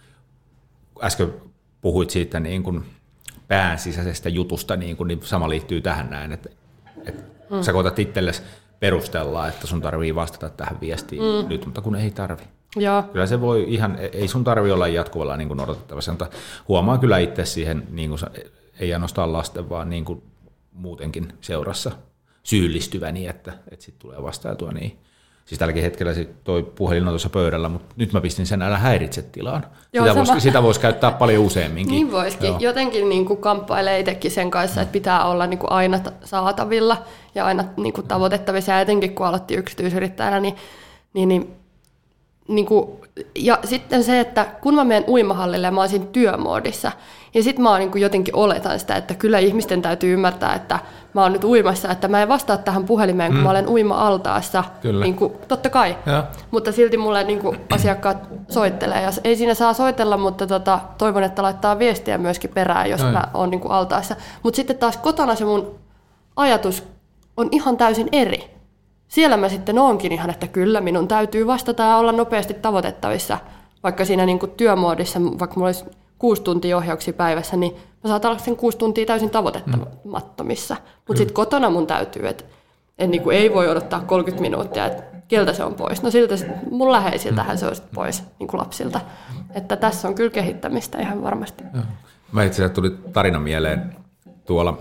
äsken puhuit siitä niin kuin pään sisäisestä jutusta, niin, kuin, niin sama liittyy tähän näin, että, että mm. sä koetat itsellesi perustella, että sun tarvii vastata tähän viestiin mm. nyt, mutta kun ei tarvi. Ja. Kyllä se voi ihan, ei sun tarvi olla jatkuvalla niin kuin odotettavassa, mutta huomaa kyllä itse siihen, niin kuin, ei ainoastaan lasten, vaan niin kuin muutenkin seurassa syyllistyväni, että, että sitten tulee vastailtua niin. Siis tälläkin hetkellä toi puhelin on tuossa pöydällä, mutta nyt mä pistin sen älä häiritse tilaan. Joo, sitä, voisi, sitä voisi käyttää paljon useamminkin. Niin voisikin. Joo. Jotenkin niin kuin kamppailee itsekin sen kanssa, että pitää olla niin kuin aina saatavilla ja aina niin kuin tavoitettavissa. Ja etenkin kun aloitti yksityisyrittäjänä, niin, niin, niin, niin kuin, ja sitten se, että kun mä menen uimahallille ja mä oon siinä työmoodissa, ja sitten mä oon niin kuin jotenkin oletan sitä, että kyllä ihmisten täytyy ymmärtää, että mä oon nyt uimassa, että mä en vastaa tähän puhelimeen, kun mm. mä olen uima-altaassa. Niin kuin, totta kai, ja. Mutta silti mulle niin kuin asiakkaat soittelee. Ja ei siinä saa soitella, mutta tota, toivon, että laittaa viestiä myöskin perään, jos Noin. mä oon niin kuin altaassa. Mutta sitten taas kotona se mun ajatus on ihan täysin eri. Siellä mä sitten oonkin ihan, että kyllä minun täytyy vastata ja olla nopeasti tavoitettavissa. Vaikka siinä niin kuin työmoodissa, vaikka mulla olisi kuusi tuntia ohjauksia päivässä, niin mä saatan olla sen kuusi tuntia täysin tavoittamattomissa. Mm. Mutta sitten kotona mun täytyy, että et niinku ei voi odottaa kolmekymmentä minuuttia, että keltä se on pois. No siltä, mun läheisiltähän se on sitten pois niin kuin lapsilta. Että tässä on kyllä kehittämistä ihan varmasti. Joo. Mä itse asiassa tuli tarina mieleen tuolla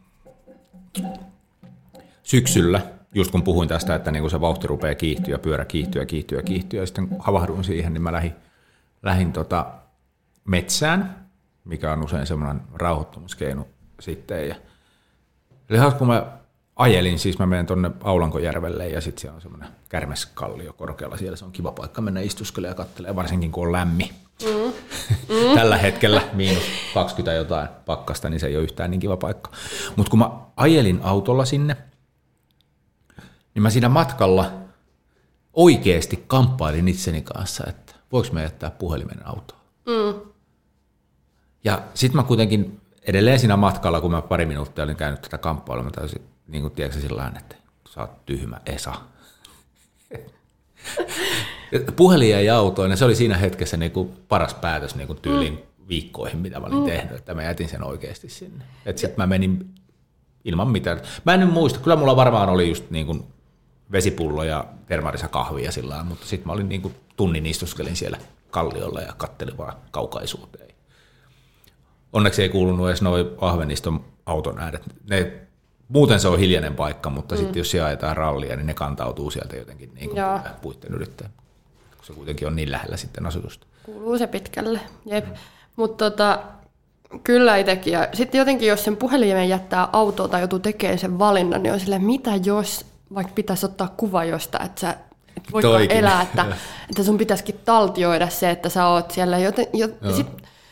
syksyllä, just kun puhuin tästä, että niinku se vauhti rupeaa kiihtyä, pyörä kiihtyä, kiihtyä, kiihtyä, ja sitten havahduin siihen, niin mä lähdin, lähdin tota metsään, mikä on usein semmoinen rauhoittumiskeino sitten. Ja eli hauska, kun mä ajelin, siis mä menen tuonne Aulankojärvelle ja sitten siellä on semmoinen kärmeskallio korkealla. Siellä se on kiva paikka mennä istuskelemaan ja katselemaan, varsinkin kun on lämmin. Mm. Mm. Tällä hetkellä miinus kaksikymmentä jotain pakkasta, niin se ei ole yhtään niin kiva paikka. Mutta kun mä ajelin autolla sinne, niin mä siinä matkalla oikeasti kamppailin itseni kanssa, että voiko mä jättää puhelimen autoon. Mm. Ja sitten mä kuitenkin edelleen siinä matkalla, kun mä pari minuuttia olin käynyt tätä kamppailua, mä täysin, niin kuin tiedätkö sillä että sä oot tyhmä Esa. Puhelin jäi autoon, ja se oli siinä hetkessä niin kuin paras päätös niin kuin tyylin mm. viikkoihin, mitä mä olin mm. tehnyt, että mä jätin sen oikeasti sinne. Että sitten mä menin ilman mitään. Mä en nyt muista, kyllä mulla varmaan oli just niin kuin vesipullo ja termarissa kahvia sillä lailla, mutta sitten mä olin niin kuin tunnin istuskelin siellä kalliolla ja kattelin vaan kaukaisuuteen. Onneksi ei kuulunut edes noin Ahveniston auton äänet. Ne, muuten se on hiljainen paikka, mutta mm. sitten jos siellä ajetaan rallia, niin ne kantautuu sieltä jotenkin niin kuin puitten yrittäen, kun se kuitenkin on niin lähellä sitten asutusta. Kuuluu se pitkälle, jep. Mm. Mutta tota, kyllä itsekin. Ja sitten jotenkin, jos sen puhelimen jättää autoon tai joutuu tekemään sen valinnan, niin on silleen, mitä jos vaikka pitäisi ottaa kuva jostain, että sä et voikaan elää, että, että sun pitäisikin taltioida se, että sä oot siellä. Joten, jo, sit,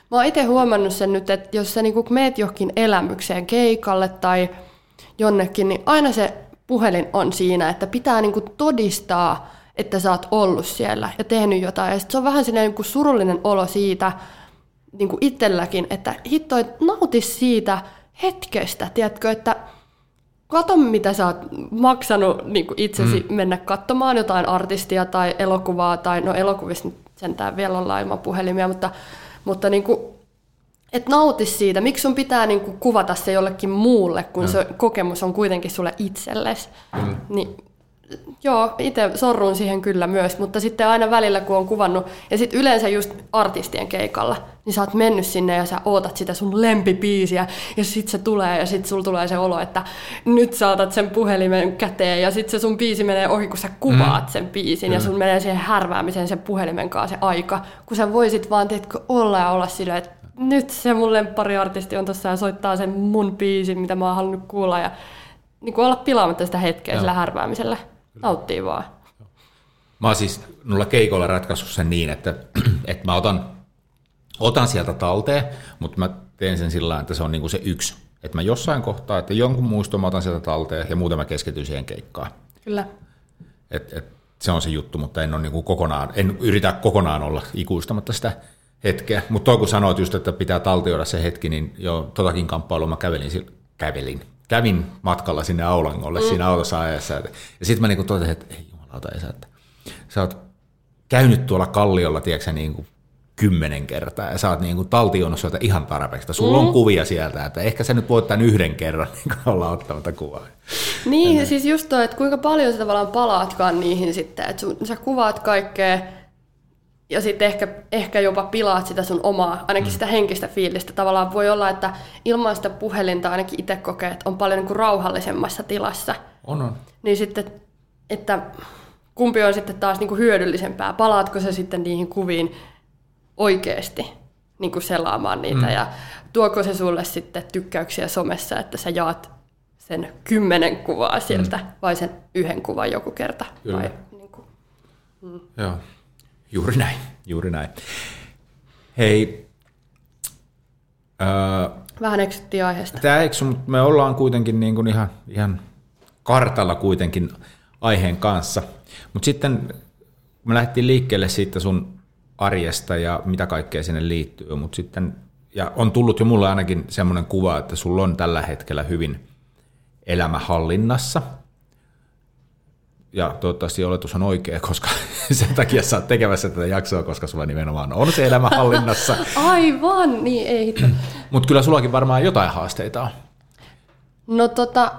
Mä oon itse huomannut sen nyt, että jos sä niinku meet johonkin elämykseen, keikalle tai jonnekin, niin aina se puhelin on siinä, että pitää niinku todistaa, että sä oot ollut siellä ja tehnyt jotain. Ja sit se on vähän sellainen niinku surullinen olo siitä niinku itselläkin, että hitto, et nauti siitä hetkestä, tiedätkö, että kato, mitä sä oot maksanut niinku itsesi mm. mennä katsomaan jotain artistia tai elokuvaa, tai no elokuvissa sentään vielä ollaan ilman puhelimia, mutta, mutta niinku, et nauti siitä. Miksi sun pitää niinku kuvata se jollekin muulle, kun mm. se kokemus on kuitenkin sulle itsellesi. Mm. Niin, joo, itse sorrun siihen kyllä myös, mutta sitten aina välillä, kun on kuvannut, ja sitten yleensä just artistien keikalla, niin sä oot mennyt sinne ja sä ootat sitä sun lempibiisiä, ja sitten se tulee, ja sitten sulla tulee se olo, että nyt sä otat sen puhelimen käteen, ja sitten se sun biisi menee ohi, kun sä kuvaat mm. sen biisin, mm. ja sun menee siihen härväämiseen sen puhelimen kanssa se aika, kun sä voisit vaan, teetkö, olla ja olla silleen, että nyt se mun lemppariartisti on tossa ja soittaa sen mun biisin, mitä mä oon halunnut kuulla, ja niin kuin olla pilaamatta sitä hetkeä Joo. sillä härväämisellä. Nauttii vaan. Mä oon siis noilla keikoilla ratkaissut sen niin, että, että mä otan, otan sieltä talteen, mutta mä teen sen sillä tavalla, että se on niinku se yksi. Että mä jossain kohtaa, että jonkun muiston mä otan sieltä talteen ja muuten mä keskityn siihen keikkaan. Kyllä. Et, et, se on se juttu, mutta en, ole niinku kokonaan, en yritä kokonaan olla ikuistamatta sitä hetkeä. Mutta toi kun sanoit just, että pitää taltioida se hetki, niin jo totakin kamppailua mä kävelin, kävelin. Kävin matkalla sinne Aulangolle mm. siinä autossa ajassa. Ja sitten mä niinku totesin, että ei jumalauta Esa, että sä oot käynyt tuolla Kalliolla, tiedätkö, niinku kymmenen kertaa, ja sä oot niinku taltioinut sieltä ihan tarpeeksi. Sulla mm. on kuvia sieltä, että ehkä sä nyt voit tämän yhden kerran niin olla ottamatta kuvaa. Niin, ja siis just toi, että kuinka paljon sä tavallaan palaatkaan niihin sitten, että sun, sä kuvaat kaikkea, ja sitten ehkä, ehkä jopa pilaat sitä sun omaa, ainakin mm. sitä henkistä fiilistä. Tavallaan voi olla, että ilman sitä puhelinta ainakin itse kokee, että on paljon niin kuin rauhallisemmassa tilassa. On, on. Niin sitten, että kumpi on sitten taas niin kuin hyödyllisempää? Palaatko sä sitten niihin kuviin oikeasti niin kuin selaamaan niitä? Mm. Ja tuoko se sulle sitten tykkäyksiä somessa, että sä jaat sen kymmenen kuvaa sieltä, mm. vai sen yhden kuvan joku kerta? Vai, niin kuin, mm. Joo. Juuri näin, juuri näin. Hei. Öö, Vähän eksyttiin aiheesta. Tämä eksy, mutta me ollaan kuitenkin niin kuin ihan, ihan kartalla kuitenkin aiheen kanssa. Mutta sitten me lähdettiin liikkeelle siitä sun arjesta ja mitä kaikkea sinne liittyy. Mut sitten, ja on tullut jo mulle ainakin semmoinen kuva, että sulla on tällä hetkellä hyvin elämä hallinnassa. Ja toivottavasti oletus on oikea, koska sen takia sä oot tekemässä tätä jaksoa, koska sulla nimenomaan on se elämä hallinnassa. Aivan, niin ei hitto. Mutta kyllä sullakin varmaan jotain haasteita on. No tota,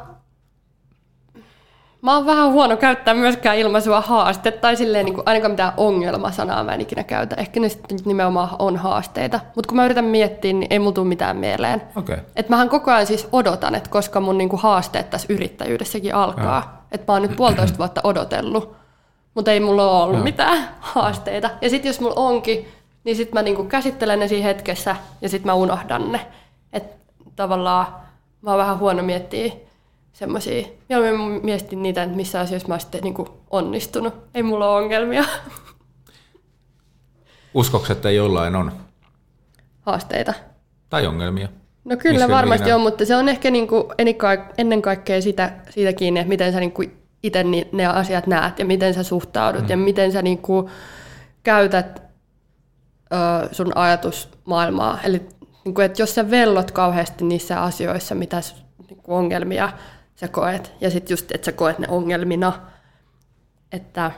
mä oon vähän huono käyttää myöskään ilmaisua haaste, tai silleen niin kuin, ainakaan mitään ongelmasanaa mä en ikinä käytä. Ehkä ne sitten nimenomaan on haasteita. Mutta kun mä yritän miettiä, niin ei mulla tule mitään mieleen. Okay. Että mähän koko ajan siis odotan, että koska mun niin kuin haasteet tässä yrittäjyydessäkin alkaa. Että mä oon nyt puolitoista vuotta odotellut, mutta ei mulla ole ollut no. mitään haasteita. Ja sitten jos mulla onkin, niin sitten mä niinku käsittelen ne siinä hetkessä ja sitten mä unohdan ne. Että tavallaan mä oon vähän huono miettiä semmoisia. Mieluummin mietin niitä, että missä asioissa mä oon sitten niinku onnistunut. Ei mulla ole ongelmia. Uskoks, että jollain on? Haasteita. Tai ongelmia. No kyllä Missä varmasti minä... on, mutta se on ehkä niinku ennen kaikkea sitä, siitä kiinni, että miten sä niinku itse ne asiat näet ja miten sä suhtaudut mm. ja miten sä niinku käytät ö, sun ajatusmaailmaa. Eli niinku, että jos sä vellot kauheasti niissä asioissa, mitä niinku ongelmia sä koet, ja sitten just, että sä koet ne ongelmina, että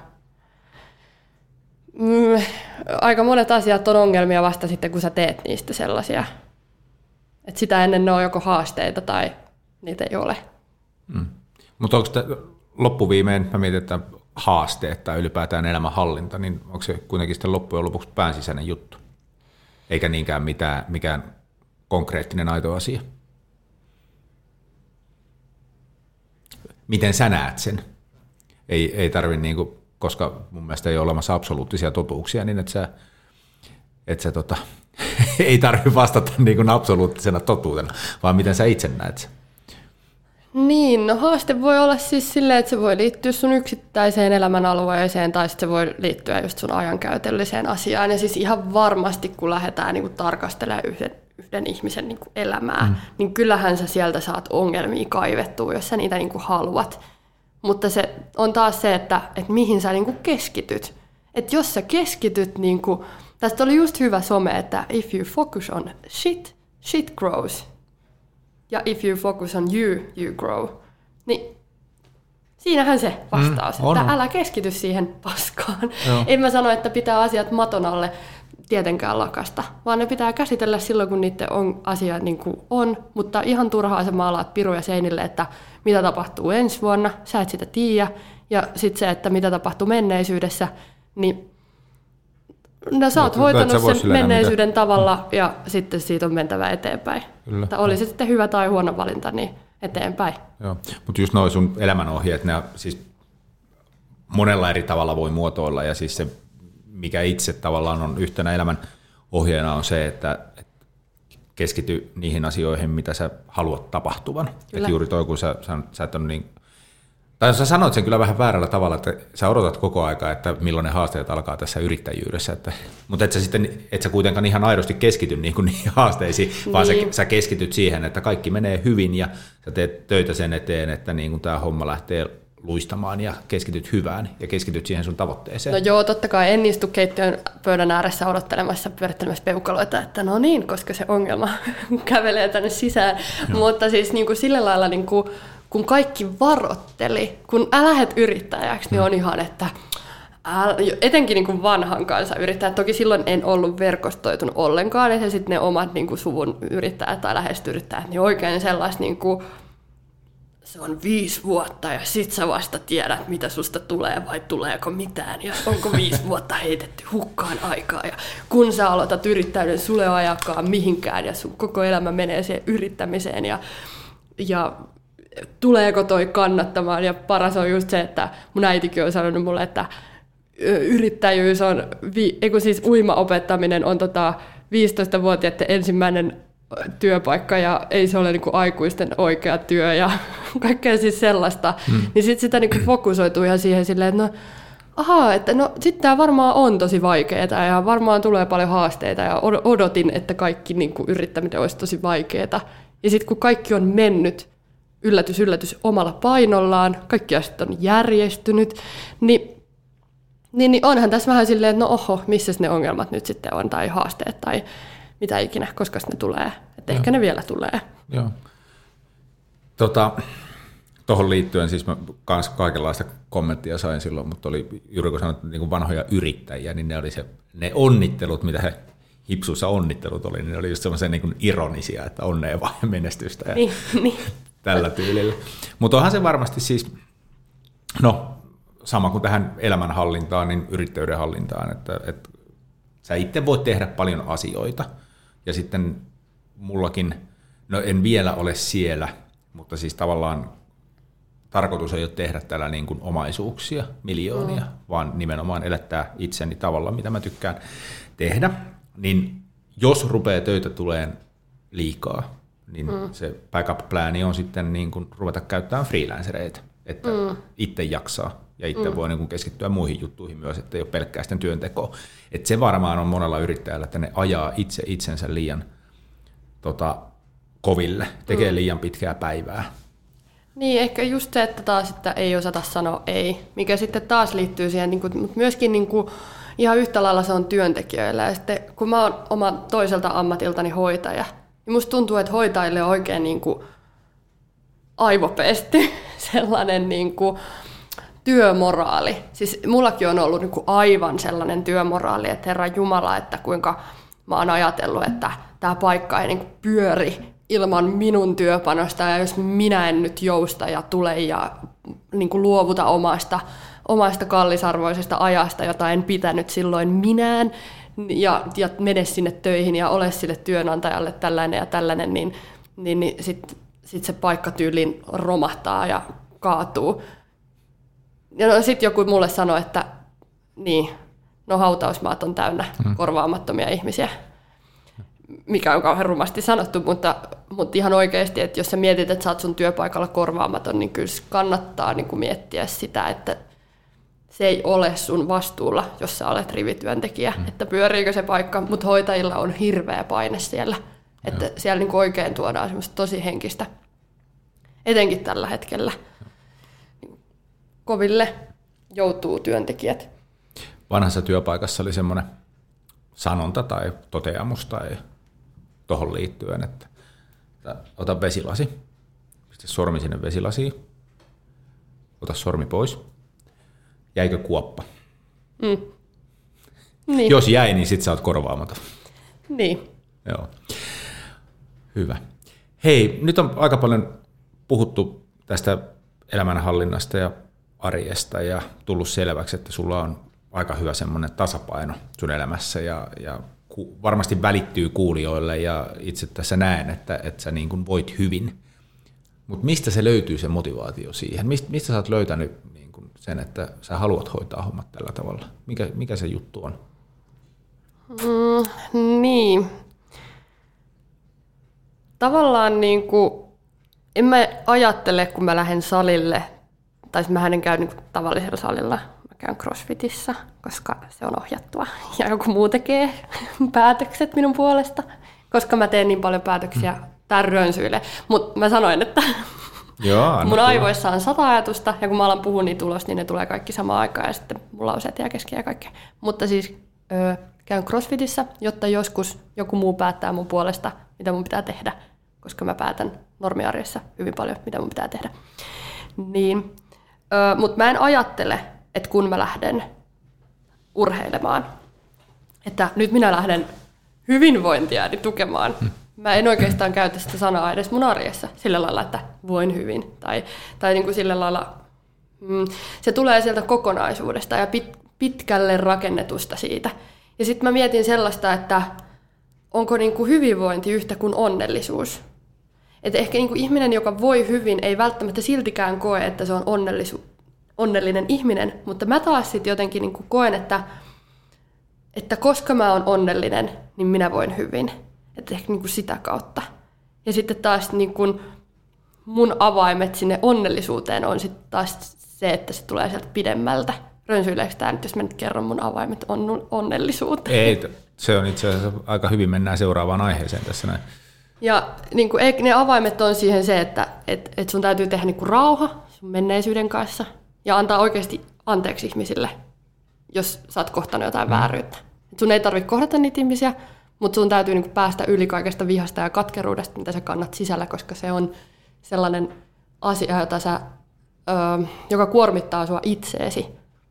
mm, aika monet asiat on ongelmia vasta sitten, kun sä teet niistä sellaisia. Että sitä ennen ne on joko haasteita tai niitä ei ole. Mm. Mutta onko tämä loppuviimein, mä mietin, että haasteet tai ylipäätään elämänhallinta, niin onko se kuitenkin sitten loppujen lopuksi päänsisäinen juttu? Eikä niinkään mitään, mikään konkreettinen aito asia? Miten sä näet sen? Ei, ei tarvitse, niinku, koska mun mielestä ei ole olemassa absoluuttisia totuuksia, niin että sä, et sä tota, ei tarvitse vastata niin kuin absoluuttisena totuutena, vaan miten sä itse näet sen? Niin, no haaste voi olla siis silleen, että se voi liittyä sun yksittäiseen elämänalueeseen tai sitten se voi liittyä just sun ajankäytölliseen asiaan. Ja siis ihan varmasti, kun lähdetään niin kuin tarkastelemaan yhden, yhden ihmisen niin kuin elämää, mm. niin kyllähän sä sieltä saat ongelmia kaivettua, jos sä niitä niin kuin haluat. Mutta se on taas se, että, että mihin sä niin kuin keskityt. Että jos sä keskityt, niin kuin, tästä oli just hyvä some, että if you focus on shit, shit grows. Ja if you focus on you, you grow. Niin siinähän se vastaus, mm, että älä keskity siihen paskaan. Joo. En mä sano, että pitää asiat maton alle tietenkään lakasta, vaan ne pitää käsitellä silloin, kun niiden on, asia niin kuin on. Mutta ihan turhaa sä maalaat piruja seinille, että mitä tapahtuu ensi vuonna, sä et sitä tiedä. Ja sitten se, että mitä tapahtuu menneisyydessä, niin no, sä oot hoitanut sen menneisyyden mitä tavalla ja sitten siitä on mentävä eteenpäin. Kyllä. Että oli se sitten hyvä tai huono valinta, niin eteenpäin. Joo, mutta just noin sun elämänohjeet, ne siis monella eri tavalla voi muotoilla ja siis se, mikä itse tavallaan on yhtenä elämän ohjeena on se, että keskity niihin asioihin, mitä sä haluat tapahtuvan. Että juuri toi, kun sä, sä, sä et ole niin... Tai sä sanoit sen kyllä vähän väärällä tavalla, että sä odotat koko aikaa, että milloin ne haasteet alkaa tässä yrittäjyydessä. Että, mutta et sä, sitten, et sä kuitenkaan ihan aidosti keskity niin kuin niihin haasteisiin, niin. vaan sä, sä keskityt siihen, että kaikki menee hyvin ja sä teet töitä sen eteen, että niin kuin tämä homma lähtee luistamaan ja keskityt hyvään ja keskityt siihen sun tavoitteeseen. No joo, totta kai en istu keittiön pöydän ääressä odottelemassa, pyörittelemässä peukaloita, että no niin, koska se ongelma kävelee tänne sisään. No. Mutta siis niin kuin sillä lailla... Niin kuin kun kaikki varotteli, kun älä lähdet yrittäjäksi, niin on ihan, että älä, etenkin niin kuin vanhan kanssa yrittäjät, toki silloin en ollut verkostoitunut ollenkaan, ja sitten ne omat niin kuin suvun yrittäjät tai lähestyyrittäjät, niin oikein sellaista, niin kuin, se on viisi vuotta ja sit sä vasta tiedät, mitä susta tulee vai tuleeko mitään, ja onko viisi vuotta heitetty hukkaan aikaa, ja kun sä aloitat yrittäjyyden, sulle ei ajakaan mihinkään, ja sun koko elämä menee siihen yrittämiseen, ja, ja tuleeko toi kannattamaan, ja paras on just se, että mun äitikin on sanonut mulle, että yrittäjyys on, eikö siis uimaopettaminen on tota viisitoistavuotiaiden ensimmäinen työpaikka, ja ei se ole niinku aikuisten oikea työ, ja kaikkea siis sellaista, mm. niin sitten sitä niinku fokusoituu ihan siihen silleen, että no, ahaa, että no sitten tämä varmaan on tosi vaikeaa, ja varmaan tulee paljon haasteita, ja odotin, että kaikki niinku yrittäminen olisi tosi vaikeaa, ja sitten kun kaikki on mennyt, yllätys, yllätys omalla painollaan, kaikki asiat on järjestynyt, niin, niin, niin onhan tässä vähän silleen, että no oho, missä ne ongelmat nyt sitten on, tai haasteet, tai mitä ikinä, koska ne tulee. Että ehkä ne vielä tulee. Joo. Tota, tuohon liittyen siis mä kans kaikenlaista kommenttia sain silloin, mutta oli juuri kun sanoit niin kuin vanhoja yrittäjiä, niin ne oli se, ne onnittelut, mitä he hipsuissa onnittelut oli, niin ne oli just semmoisia niin kuin ironisia, että onnea vaan ja menestystä. Ja niin, niin. Tällä tyylillä. Mutta onhan se varmasti siis, no sama kuin tähän elämänhallintaan, niin yrittäjyyden hallintaan, että, että sä itse voit tehdä paljon asioita, ja sitten mullakin, no en vielä ole siellä, mutta siis tavallaan tarkoitus ei ole tehdä tällä niin kuin omaisuuksia, miljoonia, mm. vaan nimenomaan elättää itseni tavalla, mitä mä tykkään tehdä, niin jos rupeaa töitä tulemaan liikaa, niin mm. se backup-plääni on sitten niin kuin ruveta käyttämään freelancereita, että mm. itse jaksaa ja itse mm. voi niin kuin keskittyä muihin juttuihin myös, että ei ole pelkkää sitten työntekoa. Että se varmaan on monella yrittäjällä, että ne ajaa itse itsensä liian tota, koville, tekee mm. liian pitkää päivää. Niin, ehkä just se, että taas että ei osata sanoa ei, mikä sitten taas liittyy siihen, niin kuin, mutta myöskin niin kuin, ihan yhtä lailla se on työntekijöillä. Ja sitten kun mä oon oma toiselta ammatiltani hoitaja, niin musta tuntuu, että hoitajille on oikein niin kuin aivopesty sellainen niin kuin työmoraali. Siis mullakin on ollut niin kuin aivan sellainen työmoraali, että Herran Jumala, että kuinka mä oon ajatellut, että tämä paikka ei niin kuin pyöri ilman minun työpanosta, ja jos minä en nyt jousta ja tule ja niin kuin luovuta omasta, omasta kallisarvoisesta ajasta, jota en pitänyt silloin minään, ja, ja mene sinne töihin ja ole sille työnantajalle tällainen ja tällainen, niin, niin, niin sitten sit se paikka tyyliin romahtaa ja kaatuu. Ja no, sitten joku mulle sanoi, että niin, no hautausmaat on täynnä mm. korvaamattomia ihmisiä. mikä on kauhean rumasti sanottu, mutta, mutta ihan oikeasti, että jos sä mietit, että sä oot sun työpaikalla korvaamaton, niin kyllä kannattaa niin kuin miettiä sitä, että se ei ole sun vastuulla, jos sä olet rivityöntekijä, mm. että pyöriikö se paikka, mutta hoitajilla on hirveä paine siellä, että Joo. siellä niin kuin oikein tuodaan semmoista tosi henkistä, etenkin tällä hetkellä. Koville joutuu työntekijät. Vanhassa työpaikassa oli semmoinen sanonta tai toteamus tai tuohon liittyen, että, että ota vesilasi, pistä sormi sinne vesilasiin, ota sormi pois, jäikö kuoppa? Mm. Niin. Jos jäi, niin sit sä oot korvaamaton. Niin. Joo. Hyvä. Hei, nyt on aika paljon puhuttu tästä elämänhallinnasta ja arjesta ja tullut selväksi, että sulla on aika hyvä semmoinen tasapaino sun elämässä ja, ja ku, varmasti välittyy kuulijoille ja itse tässä näen, että, että sä niin kuin voit hyvin. Mutta mistä se löytyy se motivaatio siihen? Mist, mistä sä oot löytänyt niin kuin sen, että sä haluat hoitaa hommat tällä tavalla? Mikä, mikä se juttu on? Mm, niin. Tavallaan niin kuin, en mä ajattele, kun mä lähden salille, tai mä en käy niin kuin tavallisella salilla, mä käyn CrossFitissä, koska se on ohjattua ja joku muu tekee päätökset minun puolesta, koska mä teen niin paljon päätöksiä mm. tämän rönsyille. Mutta mä sanoin, että Joo, mun aivoissa on sata ajatusta, ja kun mä alan puhua niitä ulos, niin ne tulee kaikki samaan aikaan, ja sitten mun lauseet jää kesken ja kaikkea. Mutta siis öö, käyn CrossFitissä, jotta joskus joku muu päättää mun puolesta, mitä mun pitää tehdä, koska mä päätän normiarjessa hyvin paljon, mitä mun pitää tehdä. Niin, öö, mutta mä en ajattele, että kun mä lähden urheilemaan, että nyt minä lähden hyvinvointiani tukemaan. Hmm. Mä en oikeastaan käytä sitä sanaa edes mun arjessa sillä lailla, että voin hyvin. Tai, tai niin kuin sillä lailla, mm, se tulee sieltä kokonaisuudesta ja pit, pitkälle rakennetusta siitä. Ja sitten mä mietin sellaista, että onko niin kuin hyvinvointi yhtä kuin onnellisuus. Että ehkä niin kuin ihminen, joka voi hyvin, ei välttämättä siltikään koe, että se on onnellisu, onnellinen ihminen. Mutta mä taas sitten jotenkin niin kuin koen, että, että koska mä oon onnellinen, niin minä voin hyvin. Että ehkä niin kuin sitä kautta. Ja sitten taas niin kuin mun avaimet sinne onnellisuuteen on sitten taas se, että se tulee sieltä pidemmältä. Rönsyileekö tämä nyt, jos mä nyt kerron mun avaimet on onnellisuuteen? Ei, se on itse asiassa aika hyvin mennään seuraavaan aiheeseen tässä näin. Ja niin kuin, ne avaimet on siihen se, että et, et sun täytyy tehdä niin kuin rauha sun menneisyyden kanssa ja antaa oikeasti anteeksi ihmisille, jos sä oot kohtanut jotain mm. vääryyttä. Et sun ei tarvitse kohdata niitä ihmisiä, mutta sun täytyy niin kuin päästä yli kaikesta vihasta ja katkeruudesta, mitä sä kannat sisällä, koska se on sellainen asia, jota sä, ö, joka kuormittaa sua itseesi.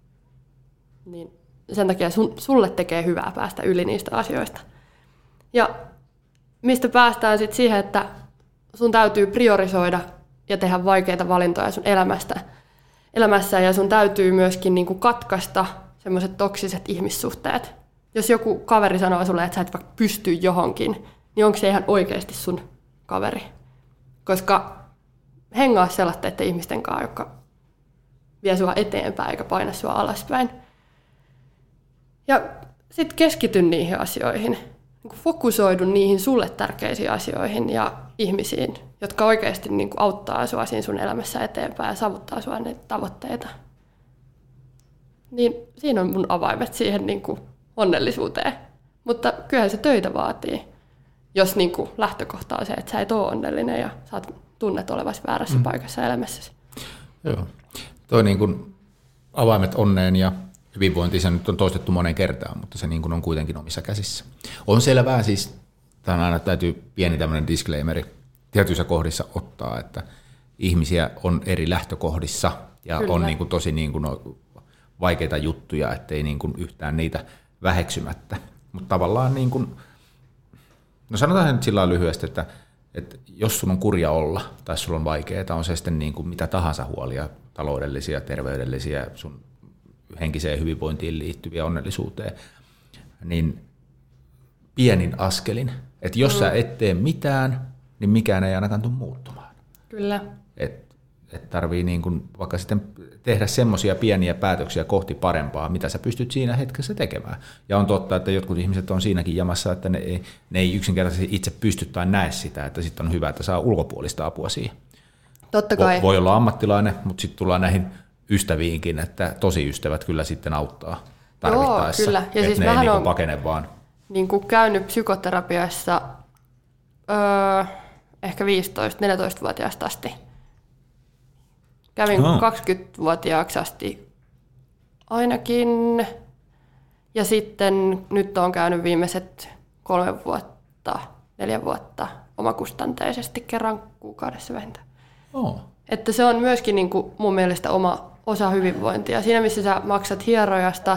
Niin sen takia sun, sulle tekee hyvää päästä yli niistä asioista. Ja mistä päästään sitten siihen, että sun täytyy priorisoida ja tehdä vaikeita valintoja sun elämästä, elämässä ja sun täytyy myöskin niin kuin katkaista semmoiset toksiset ihmissuhteet. Jos joku kaveri sanoo sulle, että sä et vaikka pysty johonkin, niin onko se ihan oikeasti sun kaveri? Koska hengaa sellaisten ihmisten kanssa, jotka vie sua eteenpäin eikä paina sua alaspäin. Ja sitten keskity niihin asioihin. Fokusoidu niihin sulle tärkeisiin asioihin ja ihmisiin, jotka oikeasti niin kuin auttaa sua siinä sun elämässä eteenpäin ja saavuttaa sua ne tavoitteita. Niin siinä on mun avaimet siihen niin kuin onnellisuuteen. Mutta kyllähän se töitä vaatii, jos niin kuin lähtökohta on se, että sä et ole onnellinen ja sä tunnet olevasi väärässä mm. paikassa elämässäsi. Joo. Toi niin kuin avaimet onneen ja hyvinvointi, se nyt on toistettu moneen kertaan, mutta se niin kuin on kuitenkin omissa käsissä. On selvää siis, tämä aina täytyy pieni tämmöinen disclaimeri tietyissä kohdissa ottaa, että ihmisiä on eri lähtökohdissa ja Kyllä. on niin kuin tosi niin kuin vaikeita juttuja, ettei niin kuin yhtään niitä väheksymättä. Mutta tavallaan, niin kuin, no sanotaan nyt sillä lyhyesti, että, että jos sun on kurja olla tai sulla on vaikeaa, on se sitten niin kuin mitä tahansa huolia, taloudellisia, terveydellisiä, sun henkiseen hyvinvointiin liittyviä onnellisuuteen, niin pienin askelin, että jos mm. sä et tee mitään, niin mikään ei ainakaan tule muuttumaan. Kyllä. Et että tarvii niin kuin vaikka sitten tehdä semmoisia pieniä päätöksiä kohti parempaa, mitä sä pystyt siinä hetkessä tekemään. Ja on totta, että jotkut ihmiset on siinäkin jamassa, että ne ei, ne ei yksinkertaisesti itse pysty tai näe sitä, että sitten on hyvä, että saa ulkopuolista apua siihen. Totta kai. Voi olla ammattilainen, mutta sitten tullaan näihin ystäviinkin, että tosi ystävät kyllä sitten auttaa tarvittaessa. Joo, kyllä. Ja siis ne ei niin on pakene vaan. Niin kuin käynyt psykoterapiassa öö, ehkä viisitoista-neljätoista-vuotiaasta asti. Kävin oh. kaksikymmentävuotiaaksi asti ainakin. Ja sitten nyt olen käynyt viimeiset kolme vuotta, neljä vuotta omakustanteisesti kerran kuukaudessa vähintään. Oh. Että se on myöskin niin kuin mun mielestä oma osa hyvinvointia. Siinä missä sä maksat hierojasta,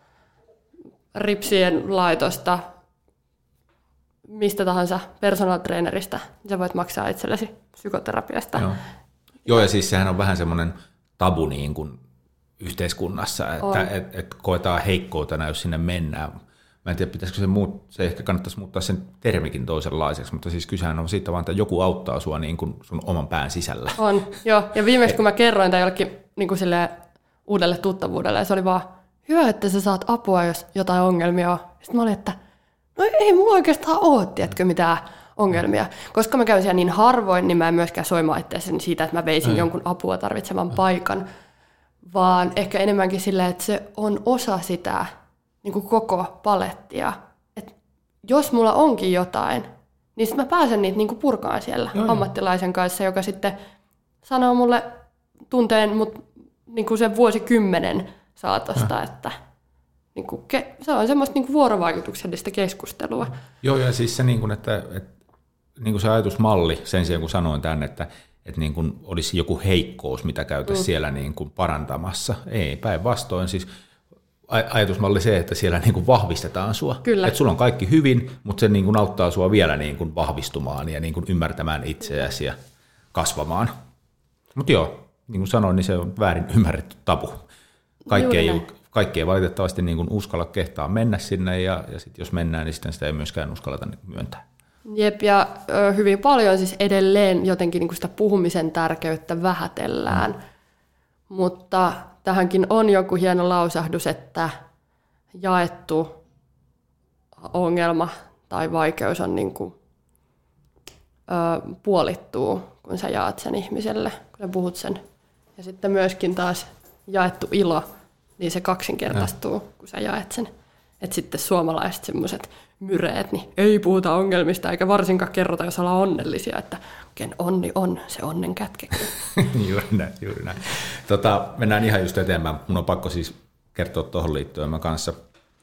ripsien laitosta, mistä tahansa personal trainerista, niin sä voit maksaa itsellesi psykoterapiasta. Joo, Joo ja siis sehän on vähän semmoinen tabu niin kuin yhteiskunnassa, että et, et koetaan heikkoutena, jos sinne mennään. Mä en tiedä, pitäisikö se muut, se ehkä kannattaisi muuttaa sen termikin toisenlaiseksi, mutta siis kysehän on siitä vaan, että joku auttaa sua niin kuin sun oman pään sisällä. On, joo. Ja viimeksi kun mä kerroin tämän jollekin niin kuin uudelle tuttavuudelle, ja se oli vaan, hyvä, että sä saat apua, jos jotain ongelmia on. Sitten mä olin, että no ei mulla oikeastaan ole, tiedätkö, mitään ongelmia. Koska mä käyn siellä niin harvoin, niin mä en myöskään soimaa itseäni siitä, että mä veisin mm. jonkun apua tarvitsevan mm. paikan, vaan ehkä enemmänkin sillä, että se on osa sitä niin kuin koko palettia. Et jos mulla onkin jotain, niin sitten mä pääsen niitä niin kuin purkaan siellä Joo, ammattilaisen kanssa, joka sitten sanoo mulle tunteen mut niin kuin sen vuosikymmenen saatosta, ja. että niin kuin ke, se on semmoista niin kuin vuorovaikutuksellista keskustelua. Joo, ja siis se, niin kuin, että, että, niin kuin se ajatusmalli, sen sijaan kun sanoin tämän, että, että niin kuin olisi joku heikkous, mitä käytäisiin mm. siellä niin kuin parantamassa. Ei, päinvastoin. Siis ajatusmalli se, että siellä niin kuin vahvistetaan sua. Kyllä. Että sulla on kaikki hyvin, mutta se niin kuin auttaa sua vielä niin kuin vahvistumaan ja niin kuin ymmärtämään itseäsi ja kasvamaan. Mutta joo, niin kuin sanoin, niin se on väärin ymmärretty tabu. Kaikki ei, kaikki ei valitettavasti niin kuin uskalla kehtaa mennä sinne, ja, ja sit jos mennään, niin sitten sitä ei myöskään uskalleta myöntää. Jep, ja ö, hyvin paljon siis edelleen jotenkin niin kuin sitä puhumisen tärkeyttä vähätellään, mm. mutta tähänkin on joku hieno lausahdus, että jaettu ongelma tai vaikeus on niin kuin, ö, puolittuu, kun sä jaat sen ihmiselle, kun sä puhut sen. Ja sitten myöskin taas jaettu ilo, niin se kaksinkertaistuu, ja. kun sä jaet sen. Että sitten suomalaiset semmoiset myreet, niin ei puhuta ongelmista, eikä varsinkaan kerrota, jos ollaan onnellisia, että ken onni on, se onnen kätkekin. juuri näin, juuri näin. Tota, mennään ihan just eteenpäin. Mun on pakko siis kertoa tuohon liittyen. Mä kanssa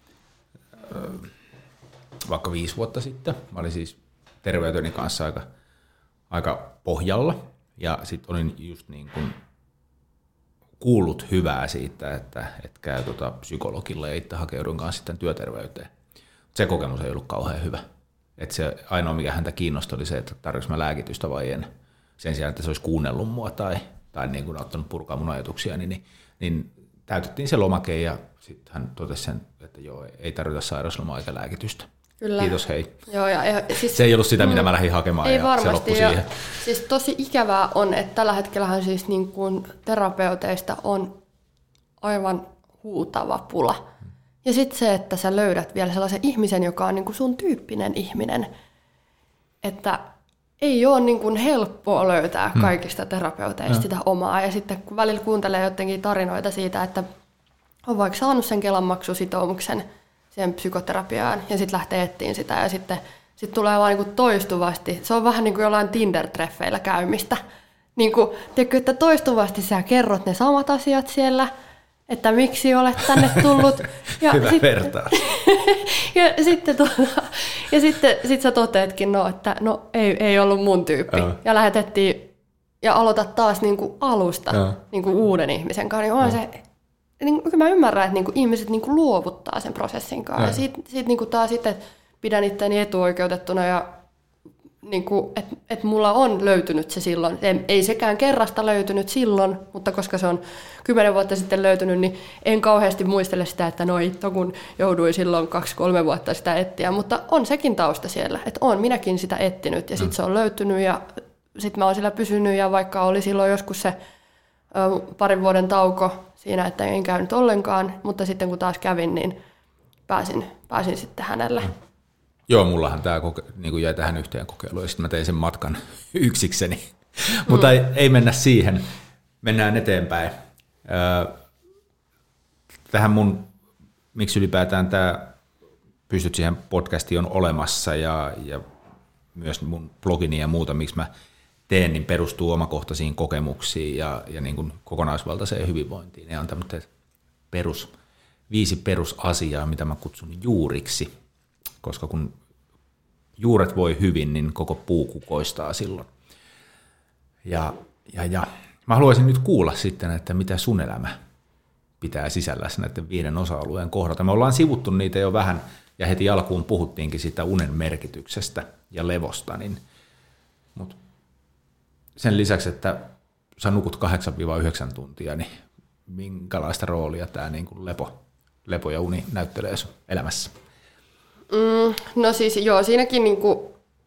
vaikka viisi vuotta sitten, mä olin siis terveyteni kanssa aika, aika pohjalla, ja sitten olin just niin kuin kuullut hyvää siitä, että, että käy tuota psykologilla ja itse hakeudun kanssa sitten työterveyteen. Se kokemus ei ollut kauhean hyvä. Että se ainoa, mikä häntä kiinnosti, oli se, että tarvitsinko mä lääkitystä vai en. Sen sijaan, että se olisi kuunnellut mua tai, tai niin kuin auttanut purkaa mun ajatuksia, niin, niin, niin täytettiin se lomake ja sitten hän totesi sen, että joo, ei tarvita sairauslomaa eikä lääkitystä. Kyllä. Kiitos, hei. Joo, ja, ja, siis, se ei ollut sitä, mitä mä lähdin hakemaan, ei ja varmasti, se loppui siihen. Siis tosi ikävää on, että tällä hetkellähän siis niin kuin terapeuteista on aivan huutava pula. Ja sitten se, että sä löydät vielä sellaisen ihmisen, joka on niin kuin sun tyyppinen ihminen, että ei ole niin kuin helppoa löytää kaikista terapeuteista hmm. sitä omaa. Ja sitten kun välillä kuuntelee jotenkin tarinoita siitä, että on vaikka saanut sen Kelan maksusitoumuksen siihen psykoterapiaan ja sitten lähtee etsiin sitä ja sitten sit tulee vaan niinku toistuvasti. Se on vähän niin kuin jollain Tinder-treffeillä käymistä. Niin kuin, tiedätkö, että toistuvasti sä kerrot ne samat asiat siellä, että miksi olet tänne tullut. Ja Hyvä sit, vertaus. ja sitten, tuota, ja sitten sit sä toteetkin, no, että no, ei, ei ollut mun tyyppi. Uh. Ja lähetettiin ja aloitat taas niinku alusta uh. niinku uuden ihmisen kanssa. Niin on uh. se, niin, kyllä mä ymmärrän, että niinku ihmiset niinku luovuttaa sen prosessin kanssa. Ja siitä, siitä niinku taas sitten pidän itseäni etuoikeutettuna, ja niinku, että et mulla on löytynyt se silloin. Ei sekään kerrasta löytynyt silloin, mutta koska se on kymmenen vuotta sitten löytynyt, niin en kauheasti muistele sitä, että no itto, kun jouduin silloin kaksi-kolme vuotta sitä etsiä. Mutta on sekin tausta siellä, että on minäkin sitä etsinyt ja sitten se on löytynyt ja sitten mä oon sillä pysynyt, ja vaikka oli silloin joskus se parin vuoden tauko siinä, että en käynyt ollenkaan, mutta sitten kun taas kävin, niin pääsin, pääsin sitten hänelle. Joo, mullahan tämä koke- niin jäi tähän yhteen kokeiluun, ja sitten mä tein sen matkan yksikseni. Mm. Mutta ei, ei mennä siihen, mennään eteenpäin. Tähän mun, miksi ylipäätään tämä Pystyt siihen podcastiin on olemassa, ja, ja myös mun blogini ja muuta, miksi mä teen, niin perustuu omakohtaisiin kokemuksiin ja, ja niin kuin kokonaisvaltaiseen hyvinvointiin. Ne on tämmöiset perus, viisi perusasiaa, mitä mä kutsun juuriksi, koska kun juuret voi hyvin, niin koko puu kukoistaa silloin. Ja, ja, ja mä haluaisin nyt kuulla sitten, että mitä sun elämä pitää sisällä näiden viiden osa-alueen kohdalta. Me ollaan sivuttu niitä jo vähän, ja heti alkuun puhuttiinkin siitä unen merkityksestä ja levosta, niin, mutta sen lisäksi, että sä nukut kahdeksan yhdeksän tuntia, niin minkälaista roolia tämä niin kuin lepo, lepo ja uni näyttelee sun elämässä? Mm, no siis joo, siinäkin niin kuin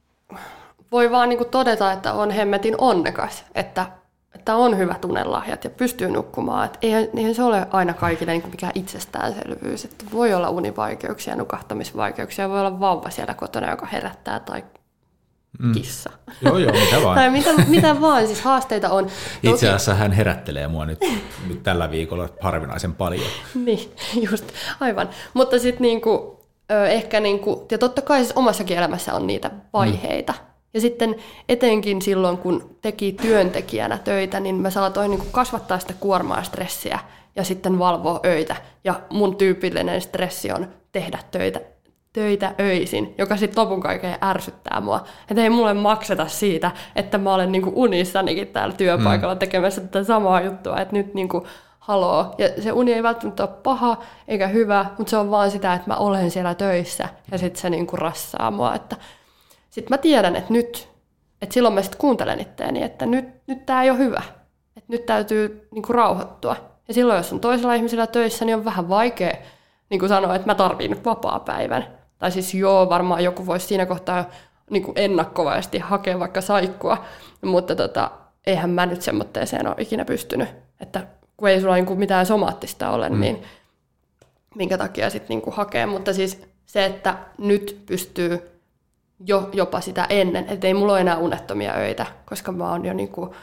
voi vaan niin kuin todeta, että on hemmetin onnekas, että, että on hyvät unenlahjat ja pystyy nukkumaan. Että eihän, eihän se ole aina kaikille niin kuin mikään itsestäänselvyys. Että voi olla univaikeuksia, nukahtamisvaikeuksia, voi olla vauva siellä kotona, joka herättää, tai kissa. Mm. Joo, joo, mitä vaan. tai mitä, mitä vaan, siis haasteita on. Itse asiassa hän herättelee mua nyt, nyt tällä viikolla harvinaisen paljon. Niin, just, aivan. Mutta sitten niinku, ehkä, niinku, ja totta kai siis omassakin elämässä on niitä vaiheita. Mm. Ja sitten etenkin silloin, kun teki työntekijänä töitä, niin mä saatoin niinku kasvattaa sitä kuormaa ja stressiä ja sitten valvoa öitä. Ja mun tyypillinen stressi on tehdä töitä. töitä öisin, joka sitten lopun kaiken ärsyttää mua. Että ei mulle makseta siitä, että mä olen niinku unissanikin täällä työpaikalla mm. tekemässä tätä samaa juttua, että nyt niinku haloo. Ja se uni ei välttämättä ole paha eikä hyvä, mutta se on vaan sitä, että mä olen siellä töissä ja sitten se niinku rassaa mua. Sitten mä tiedän, että nyt, että silloin mä sitten kuuntelen itteeni, että nyt, nyt tää ei ole hyvä. Että nyt täytyy niinku rauhoittua. Ja silloin, jos on toisella ihmisellä töissä, niin on vähän vaikea niinku sanoa, että mä tarviin nyt vapaapäivän. Tai siis joo, varmaan joku voisi siinä kohtaa niin kuin ennakkovaisesti hakea vaikka saikkua, mutta tota, eihän mä nyt semmoitteeseen ole ikinä pystynyt. Että kun ei sulla niin kuin mitään somaattista ole, mm. niin minkä takia sitten niin kuin hakee. Mutta siis se, että nyt pystyy jo jopa sitä ennen, että ei mulla ole enää unettomia öitä, koska mä oon jo niin kuin,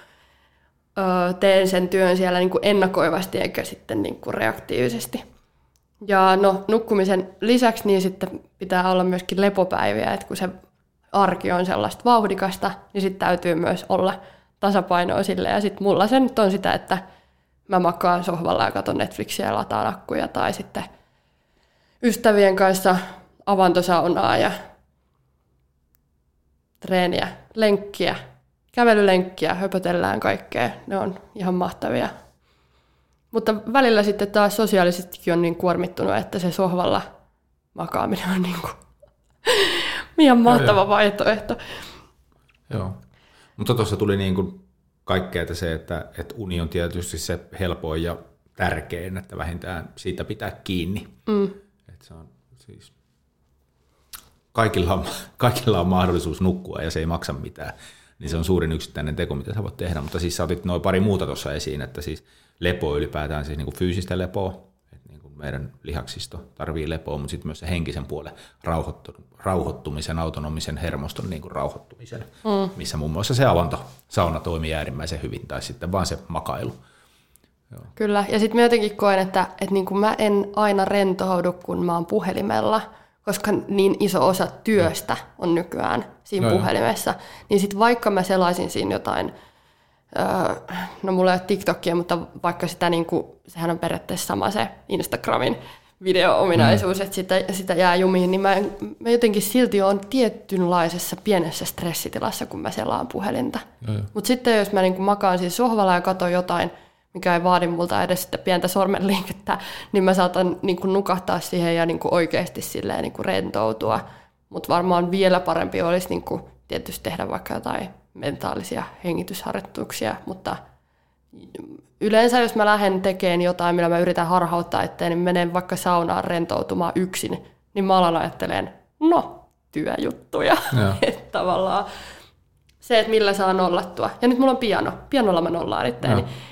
ö, teen sen työn siellä niin kuin ennakoivasti eikä sitten niin kuin reaktiivisesti. Ja no, nukkumisen lisäksi niin sitten pitää olla myöskin lepopäiviä, että kun se arki on sellaista vauhdikasta, niin sitten täytyy myös olla tasapainoa sille. Ja sitten mulla se nyt on sitä, että mä makaan sohvalla ja katson Netflixiä ja lataan akkuja, tai sitten ystävien kanssa avantosaunaa ja treeniä, lenkkiä, kävelylenkkiä, höpötellään kaikkea. Ne on ihan mahtavia. Mutta välillä sitten taas sosiaalisestikin on niin kuormittunut, että se sohvalla makaaminen on niin kuin ihan mahtava joo, vaihtoehto. Joo, mutta tuossa tuli niin kuin kaikkea se, että, että uni on tietysti se helpoin ja tärkein, että vähintään siitä pitää kiinni. Mm. Että se on siis, kaikilla, on, kaikilla on mahdollisuus nukkua ja se ei maksa mitään. Niin se on suurin yksittäinen teko, mitä sä voit tehdä. Mutta siis sä otit noin pari muuta tuossa esiin, että siis lepo ylipäätään, siis niin kuin fyysistä lepoa, että niin kuin meidän lihaksisto tarvii lepoa, mutta sitten myös se henkisen puolen rauhoittumisen, autonomisen hermoston niin kuin rauhoittumisen, mm. missä muun muassa se avantosauna toimii äärimmäisen hyvin, tai sitten vaan se makailu. Joo. Kyllä, ja sitten mä jotenkin koen, että, että niin kuin mä en aina rentoudu, kun mä oon puhelimella, koska niin iso osa työstä on nykyään siinä no puhelimessa, jo. Niin sitten vaikka mä selaisin siinä jotain, öö, no mulla ei ole TikTokia, mutta vaikka sitä, niin kuin, sehän on periaatteessa sama se Instagramin video-ominaisuus, mm. että sitä, sitä jää jumiin, niin mä, mä jotenkin silti oon tietynlaisessa pienessä stressitilassa, kun mä selaan puhelinta. Mutta sitten jos mä niin kuin makaan siis sohvalla ja katson jotain, mikä ei vaadi multa edes sitä pientä sormenliikettä, niin mä saatan niin kuin nukahtaa siihen ja niin kuin oikeasti silleen niin kuin rentoutua. Mutta varmaan vielä parempi olisi niin kuin tietysti tehdä vaikka jotain mentaalisia hengitysharjoituksia, mutta yleensä jos mä lähden tekemään jotain, millä mä yritän harhauttaa itseäni, niin menen vaikka saunaan rentoutumaan yksin, niin mä alan ajattelemaan, no, työjuttuja. Että tavallaan se, että millä saa nollattua. Ja nyt mulla on piano. Pianolla mä nollaan itseäni.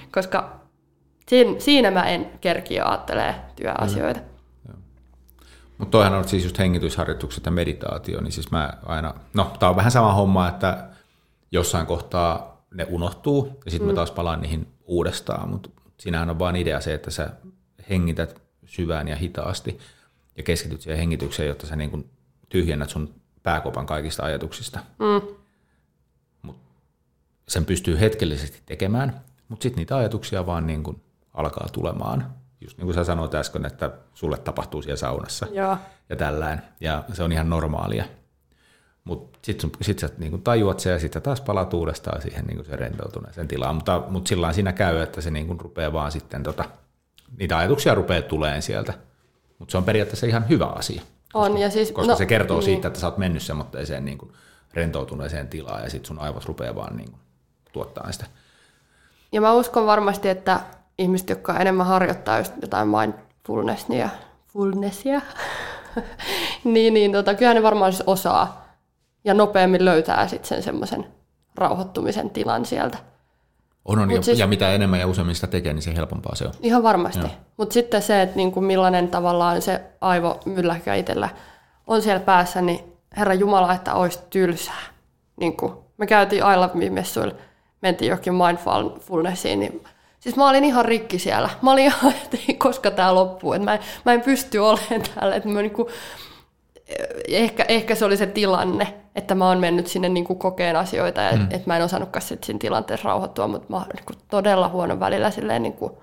koska siinä, siinä mä en kerkiä ajattelee työasioita. Mutta toihan on siis just hengitysharjoitukset ja meditaatio, niin siis mä aina, no tää on vähän sama homma, että jossain kohtaa ne unohtuu ja sitten mm. mä taas palaan niihin uudestaan, mutta siinähän on vaan idea se, että sä hengität syvään ja hitaasti ja keskityt siihen hengitykseen, jotta sä niin kun tyhjennät sun pääkopan kaikista ajatuksista. Mm. Mut sen pystyy hetkellisesti tekemään, mutta sitten niitä ajatuksia vaan niin kun alkaa tulemaan. Just niin kuin sä sanoit äsken, että sulle tapahtuu siellä saunassa Joo. ja tällään, ja se on ihan normaalia. Mutta sitten sit sä niin tajuat se ja sitten taas palaat uudestaan siihen niin se rentoutuneeseen tilaan. Mutta, mutta sillä siinä käy, että se niin rupeaa vaan sitten, tota, niitä ajatuksia rupeaa tulemaan sieltä. Mutta se on periaatteessa ihan hyvä asia. On, koska, ja siis, koska no, se kertoo niin. siitä, että sä oot mennyt semmoiseen niin rentoutuneeseen tilaan ja sitten sun aivot rupeaa vaan niin tuottaa sitä. Ja mä uskon varmasti, että ihmiset, jotka enemmän harjoittaa just jotain mindfulnessia, fullnessia, niin, niin tota, kyllä ne varmaan siis osaa ja nopeammin löytää sitten sen semmoisen rauhoittumisen tilan sieltä. On, on ja, siis, ja mitä enemmän ja useammin sitä tekee, niin se helpompaa se on. Ihan varmasti. Mutta sitten se, että niinku millainen tavallaan se aivomyllähkä itsellä on siellä päässä, niin Herra Jumala, että olisi tylsää. Niinku, me käytiin I Love Me-messuilla, mentiin jokin mindfulnessiin, niin siis mä olin ihan rikki siellä. Mä olin ihan, että koska tää loppuu. Että mä, en, mä en pysty olemaan täällä. Että mä niinku, ehkä, ehkä se oli se tilanne, että mä oon mennyt sinne niinku kokeen asioita ja mm. että mä en osannutkaan sit siinä tilanteessa rauhoittua, mutta mä oon niinku todella huono välillä silleen niinku,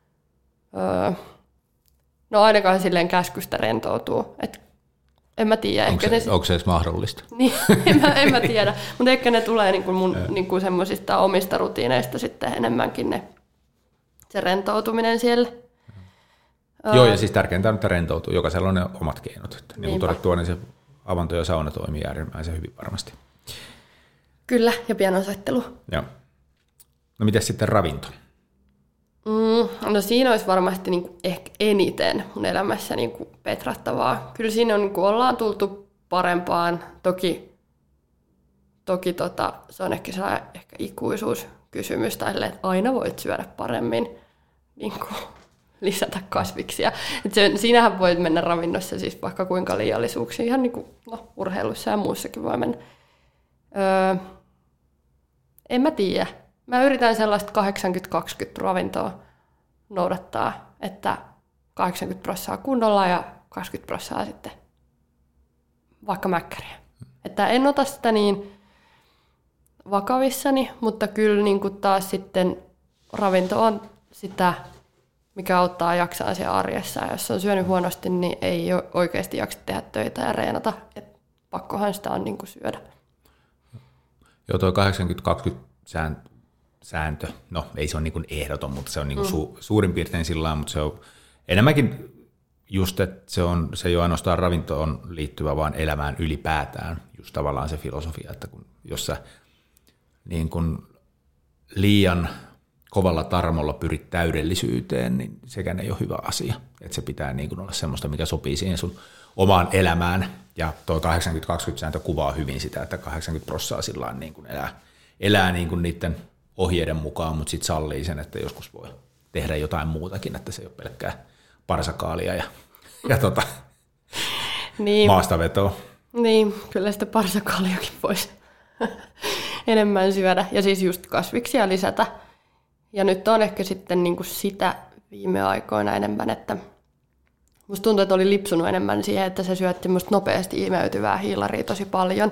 öö, no ainakaan silleen käskystä rentoutuu. Et en mä tiedä. Onko, ehkä se, ne, onko se edes mahdollista? Niin, en, mä, en mä tiedä. Mutta ehkä ne tulee niinku mun niinku semmoisista omista rutiineista sitten enemmänkin ne, se rentoutuminen siellä. Joo, ja siis tärkeintä on, että rentoutuu. Jokaisella on ne omat keinot. Että niin kuin todettua, niin se avanto ja sauna toimii äärimmäisen hyvin varmasti. Kyllä, ja pianosoittelu. Joo. No miten sitten ravinto? Mm, no siinä olisi varmasti niin kuin ehkä eniten mun elämässä niin kuin petrattavaa. Kyllä siinä on, niin kuin ollaan tultu parempaan. Toki, toki tota, se on ehkä sellainen ehkä ikuisuuskysymys, tai että aina voit syödä paremmin, niin kuin lisätä kasviksia. Et se, siinähän voi mennä ravinnossa siis vaikka kuinka liiallisuuksia, ihan niin kuin no, urheilussa ja muussakin voi mennä. Öö, en mä tiedä. Mä yritän sellaista kahdeksankymmentä kaksikymmentä ravintoa noudattaa, että kahdeksankymmentä prosenttia kunnolla ja kaksikymmentä prosenttia sitten vaikka mäkkäriä. Että en ota sitä niin vakavissani, mutta kyllä niin kuin taas sitten ravinto on sitä, mikä auttaa jaksaa siellä arjessa. Ja jos on syönyt huonosti, niin ei oikeasti jaksa tehdä töitä ja reenata. Et pakkohan sitä on niin kuin syödä. Joo, tuo kahdeksankymmentä kaksikymmentä sääntö. sääntö. No, ei se ole niin kuin ehdoton, mutta se on niin kuin su- suurin piirtein sillä lailla, mutta se on enemmänkin just, että se, on, se ei ole ainoastaan ravintoon liittyvä, vaan elämään ylipäätään. Just tavallaan se filosofia, että kun, jos sä niin kuin liian kovalla tarmolla pyrit täydellisyyteen, niin sekään ei ole hyvä asia. Että se pitää niin kuin olla semmoista, mikä sopii siihen sun omaan elämään. Ja tuo kahdeksankymmentä kaksikymmentä sääntö kuvaa hyvin sitä, että kahdeksankymmentä prosenttia sillä niin kuin elää, elää niin kuin niiden ohjeiden mukaan, mutta sitten sallii sen, että joskus voi tehdä jotain muutakin, että se ei ole pelkkää parsakaalia ja, ja tota, niin. maastavetoa. Niin, kyllä sitä parsakaaliakin voisi enemmän syödä ja siis just kasviksia lisätä. Ja nyt on ehkä sitten niin kuin sitä viime aikoina enemmän, että musta tuntuu, että oli lipsunut enemmän siihen, että se syötti musta nopeasti imeytyvää hiilaria tosi paljon.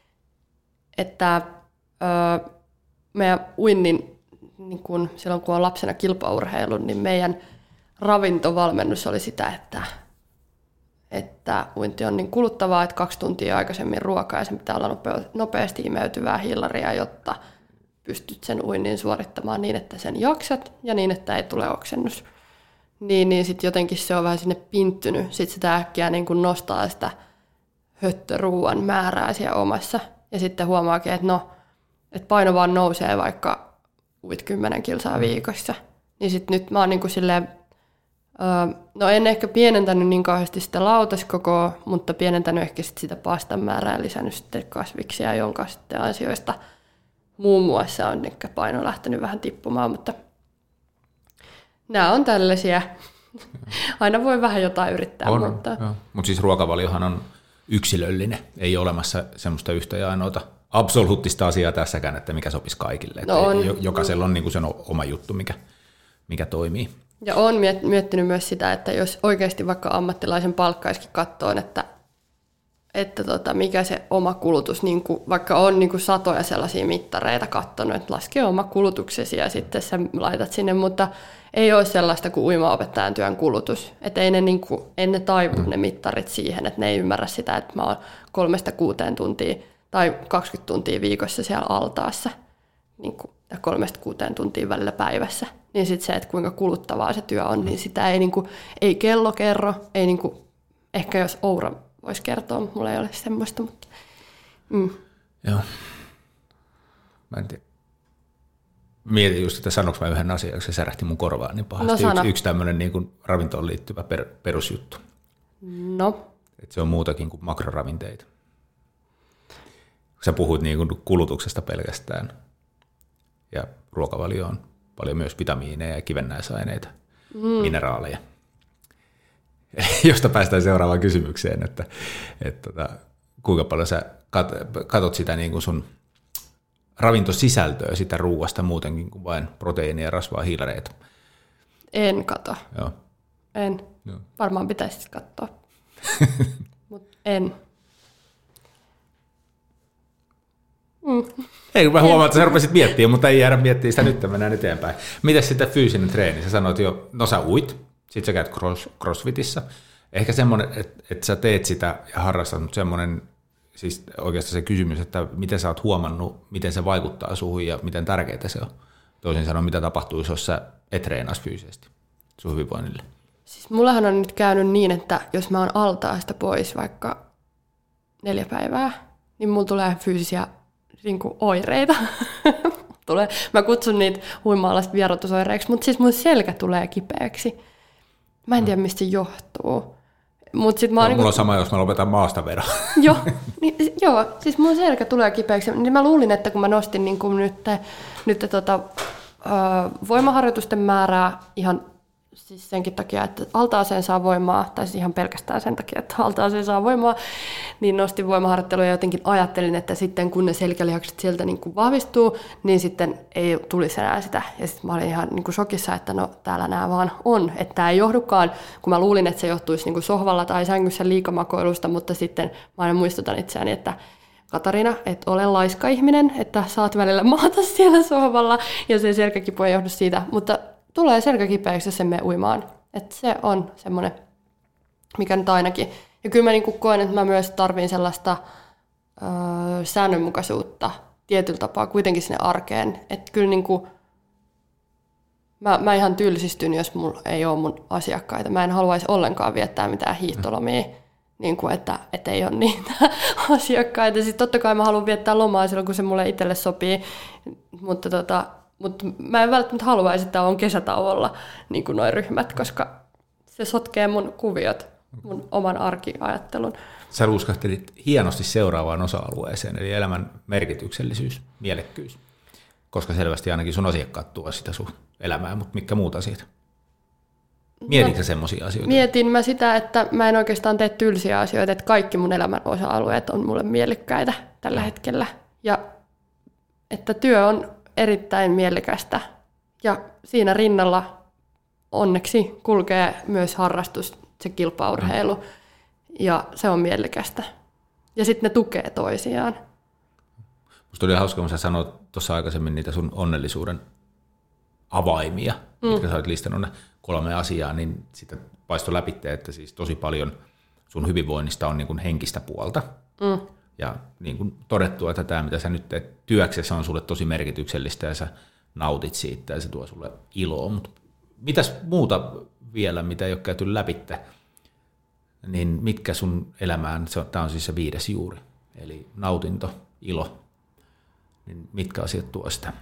Että öö, meidän uinnin, niin kun, silloin kun on lapsena kilpaurheilun, niin meidän ravintovalmennus oli sitä, että, että uinti on niin kuluttavaa, että kaksi tuntia aikaisemmin ruokaa ja sen pitää olla nopeasti imeytyvää hiilaria, jotta pystyt sen uinnin suorittamaan niin, että sen jaksat ja niin, että ei tule oksennus. Niin, niin sitten jotenkin se on vähän sinne pinttynyt. Sitten sitä äkkiä niin kun nostaa sitä höttöruuan määrää siellä omassa. Ja sitten huomaakin, että no, että paino vaan nousee vaikka uit kymmenen kilsaa viikossa. Niin sitten nyt mä oon niin kuin silleen, öö, no en ehkä pienentänyt niin kauheasti sitä lautaskokoa, mutta pienentänyt ehkä sit sitä pastan määrää, lisännyt sitten kasviksia, jonka sitten asioista muun muassa on ehkä paino lähtenyt vähän tippumaan, mutta Nämä on tällaisia. Aina voi vähän jotain yrittää. On, mutta Mut siis ruokavaliohan on yksilöllinen. Ei ole olemassa semmoista yhtä ja ainoata absoluuttista asiaa tässäkään, että mikä sopisi kaikille. No on. Jokaisella on niinku sen oma juttu, mikä, mikä toimii. Ja olen miettinyt myös sitä, että jos oikeasti vaikka ammattilaisen palkkaisikin kattoon, että, että tota, mikä se oma kulutus, niin kuin, vaikka on niin kuin satoja sellaisia mittareita katsonut, että laske oma kulutuksesi ja sitten sä laitat sinne, mutta ei ole sellaista kuin uimaopettajan työn kulutus. Että ei ne, niin kuin, ei ne taivu ne mittarit siihen, että ne ei ymmärrä sitä, että mä oon kolmesta kuuteen tuntia tai kaksikymmentä tuntia viikossa siellä altaassa niin kuin, ja kolmesta kuuteen tuntia välillä päivässä. Niin sitten se, että kuinka kuluttavaa se työ on, niin sitä ei, niin kuin, ei kello kerro, ei niin kuin, ehkä jos Oura voisi kertoa, mutta mulla ei ole semmoista. Mutta, mm. Joo. Mä en tiedä. Mietin just, että sanoinko mä yhden asian, kun se särähti mun korvaan niin pahasti. No, yksi, yksi tämmöinen niin kuin ravintoon liittyvä per, perusjuttu. No. Että se on muutakin kuin makroravinteita. Sä puhuit niin kuin kulutuksesta pelkästään ja ruokavalio on paljon myös vitamiineja ja kivennäisaineita, mm. mineraaleja. Josta päästään seuraavaan kysymykseen, että, että, että kuinka paljon sä kat, katot sitä niin kuin sun ravintosisältöä sitä ruuasta muutenkin kuin vain proteiinia, rasvaa, hiilareita. En kato. Joo. En. Joo. Varmaan pitäisi katsoa, mutta en. Mm. Ei, kun mä huomaan, että sä rupesit miettimään, mutta ei jäädä miettimään sitä nyt, mennään eteenpäin. Mitäs sitten fyysinen treeni? Sä sanoit jo, no sä uit, sit sä käyt cross, crossfitissä. Ehkä semmoinen, että, että sä teet sitä ja harrastat, mutta semmoinen, siis oikeastaan se kysymys, että miten sä oot huomannut, miten se vaikuttaa suhun ja miten tärkeää se on. Toisin sanoen, mitä tapahtuisi, jos sä et treenaisi fyysisesti sun hyvinvoinnille. Siis mullahan on nyt käynyt niin, että jos mä oon altaasta pois vaikka neljä päivää, niin mulla tulee fyysisiä niin kuin oireita. tulee. Mä kutsun niitä huima-alasta vierotusoireiksi, mutta siis mun selkä tulee kipeäksi. Mä en tiedä, mistä se johtuu. Mut sit mä no, niin mulla kun... on sama, jos mä lopetan maasta vedon. joo, niin, joo, siis mun selkä tulee kipeäksi. Niin mä luulin, että kun mä nostin niin kuin nyt, nyt tota, voimaharjoitusten määrää ihan siis senkin takia, että altaaseen saa voimaa, tai siis ihan pelkästään sen takia, että altaaseen saa voimaa, niin nostin voimaharjoittelua ja jotenkin ajattelin, että sitten kun ne selkälihakset sieltä niin kuin vahvistuu, niin sitten ei tulisi enää sitä. Ja sitten mä olin ihan niin kuin shokissa, että no täällä nämä vaan on. Että tämä ei johdukaan, kun mä luulin, että se johtuisi niin kuin sohvalla tai sängyssä liikamakoilusta, mutta sitten mä aina muistutan itseäni, että Katariina, et ole laiska ihminen, että saat välillä maata siellä sohvalla, ja se selkäkipu ei johdu siitä, mutta tulee selkäkipeäksi, jos emme uimaan. Että se on semmoinen, mikä nyt ainakin. Ja kyllä mä niinku koen, että mä myös tarvin sellaista öö, säännönmukaisuutta tietyllä tapaa kuitenkin sinne arkeen. Että kyllä niinku, mä, mä ihan tylsistyn, jos mulla ei ole mun asiakkaita. Mä en haluaisi ollenkaan viettää mitään hiihtolomia, niin kuin että, että ei ole niitä asiakkaita. Sitten totta kai mä haluan viettää lomaa silloin, kun se mulle itselle sopii, mutta tota, Mutta mä en välttämättä haluaisi, että on kesätauolla niin kuin noi ryhmät, koska se sotkee mun kuviot, mun oman arkiajattelun. Sä luuskahtelit hienosti seuraavaan osa-alueeseen, eli elämän merkityksellisyys, mielekkyys. Koska selvästi ainakin sun asiakkaat tuo sitä sun elämään, mutta mitkä muut asiat? Mietitkö no, semmoisia asioita? Mietin mä sitä, että mä en oikeastaan tee tylsiä asioita, että kaikki mun elämän osa-alueet on mulle mielekkäitä tällä hetkellä. Ja että työ on erittäin mielekästä. Ja siinä rinnalla onneksi kulkee myös harrastus, se kilpaurheilu. Mm. Ja se on mielekästä. Ja sitten ne tukee toisiaan. Musta oli hauska, kun sä sanoit tuossa aikaisemmin niitä sun onnellisuuden avaimia, mm. mitkä sä olet listannut ne kolme asiaa, niin sitä paistoi läpi, että siis tosi paljon sun hyvinvoinnista on niin kuin henkistä puolta. Mm. Ja niin kuin todettu, että tämä, mitä sä nyt teet työksessä, on sulle tosi merkityksellistä ja sä nautit siitä ja se tuo sulle iloa. Mutta mitäs muuta vielä, mitä ei ole käyty läpi, niin mitkä sun elämään, tämä on siis se viides juuri, eli nautinto, ilo, niin mitkä asiat tuo sitä?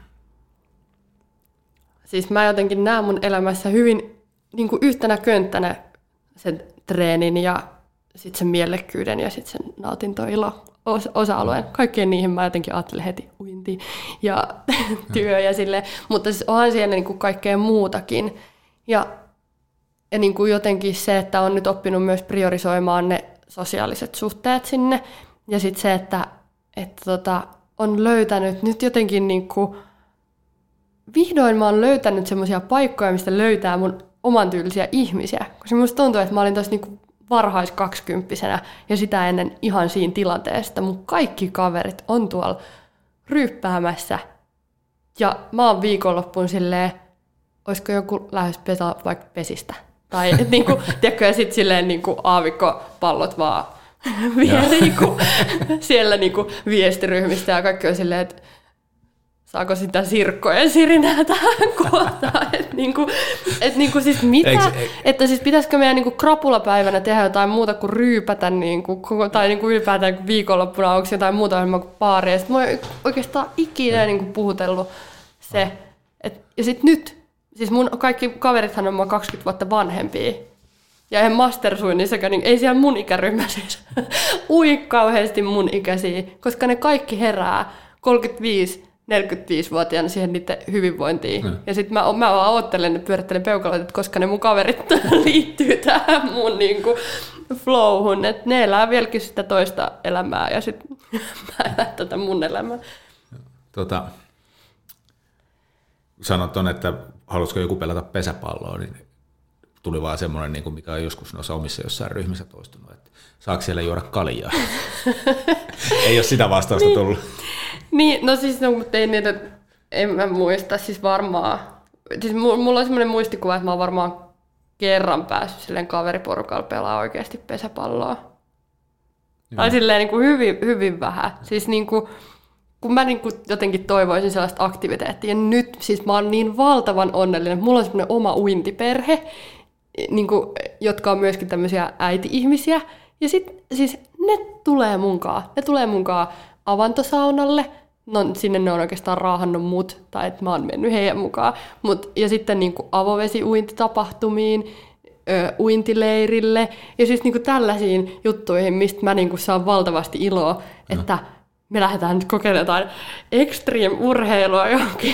Siis mä jotenkin näen mun elämässä hyvin niin kuin yhtenä könttänä sen treenin ja sitten sen mielekkyyden ja sitten sen nautintoilo osa-alueen. Kaikkeen niihin mä jotenkin ajattelen heti uinti ja työ ja silleen. Mutta siis onhan siellä niin kuin kaikkea muutakin. Ja, ja niin kuin jotenkin se, että on nyt oppinut myös priorisoimaan ne sosiaaliset suhteet sinne. Ja sitten se, että, että tota, on löytänyt nyt jotenkin niin kuin, vihdoin mä oon löytänyt semmoisia paikkoja, mistä löytää mun oman tyylisiä ihmisiä. Koska musta tuntuu, että mä olin tossa niin kuin varhais kaksikymppisenä ja sitä ennen ihan siinä tilanteessa, että mun kaikki kaverit on tuolla ryyppäämässä. Ja mä oon viikonloppuun silleen, olisiko joku lähes pesaa vaikka pesistä. Tai et niinku, tiedätkö, ja sit silleen niinku aavikkopallot vaan vieri siellä niinku viestiryhmistä ja kaikki on silleen, että saako sitä sirkkojen sirinää tähän kohtaan. Että niinku, et niinku siis mitä? Eiks, eik... Että siis pitäisikö meidän niinku krapulapäivänä tehdä jotain muuta kuin ryypätä, niinku, tai niinku ylipäätään viikonloppuna onko jotain muuta ohjelmaa kuin baari. Ja sit mä oon oikeastaan ikinä niinku puhutellut se. Et, ja sit nyt, siis mun kaikki kaverithan on mua kaksikymmentä vuotta vanhempia. Ja eihän mastersuinnissakaan, niin ei siellä mun ikäryhmä siis ui kauheasti mun ikäisiä, koska ne kaikki herää kolmekymmentäviisi neljäkymmentäviisivuotiaana siihen niiden hyvinvointiin. Mm. Ja sitten mä, mä vaan oottelen ja pyörittelen peukaloita, että koska ne mun kaverit liittyy tähän mun niinku flowhun, että ne elää vieläkin sitä toista elämää ja sitten mä elän tätä mun elämää. Tota, sanot on, että haluaisiko joku pelata pesäpalloa, niin tuli vaan semmoinen, niin kuin mikä on joskus noissa omissa jossain ryhmissä toistunut, että saako siellä juoda kaljaa? Ei ole sitä vastausta niin. tullut. Niin, no siis no, mutta ei niitä, en mä muista, siis varmaan, siis mulla on semmoinen muistikuva, että mä oon varmaan kerran päässyt silleen kaveriporukalla pelaa oikeasti pesäpalloa. Joo. Tai silleen niin kuin hyvin, hyvin vähän. Siis niin kuin, kun mä niin kuin jotenkin toivoisin sellaista aktiviteettia, ja nyt siis mä oon niin valtavan onnellinen, mulla on semmoinen oma uintiperhe, niin kuin, jotka on myöskin tämmöisiä äiti-ihmisiä, ja sitten siis ne tulee munkaan, ne tulee munkaan avantosaunalle, no sinne ne on oikeastaan raahannut mut, tai että mä oon mennyt heidän mukaan, Mut, ja sitten niin kuin avovesi-uintitapahtumiin, ö, uintileirille, ja siis niin kuin tällaisiin juttuihin, mistä mä niin kuin saan valtavasti iloa, no. Että me lähdetään nyt kokeilemaan jotain extreme-urheilua johonkin,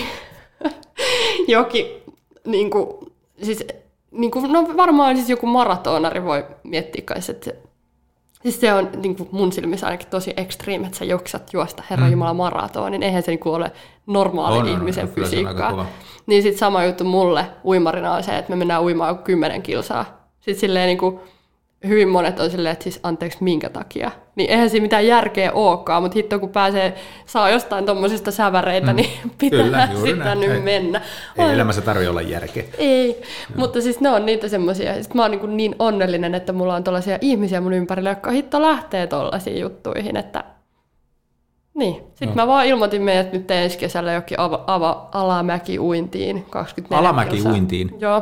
johonkin niin kuin, siis, niin kuin, no varmaan siis joku maratonari voi miettiä kanssa, että siis se on niin kuin mun silmissä ainakin tosi extreme, että sä joksat juosta Herran Jumala maratoon, niin eihän se niin kuin ole normaali on, ihmisen on, fysiikkaa. Niin sitten sama juttu mulle uimarina on se, että me mennään uimaan kymmenen kilsaa. Sitten silleen niin kuin hyvin monet on silleen, että siis anteeksi minkä takia. Niin eihän siinä mitään järkeä olekaan, mutta hitto kun pääsee, saa jostain tommosista säväreitä, mm. niin pitää Kyllä, sitä nyt ei, mennä. Ei on. Elämässä tarvitse olla järkeä. Ei, no. Mutta siis ne on niitä semmoisia. Sitten mä oon niin, niin onnellinen, että mulla on tollaisia ihmisiä mun ympärillä, jotka hitto lähtee tollaisiin juttuihin, että niin. Sitten no. mä vaan ilmoitin meidät nyt ensi kesällä jokin ava, ava, alamäki-uintiin. kaksikymmentäneljä Alamäki-uintiin? Joo.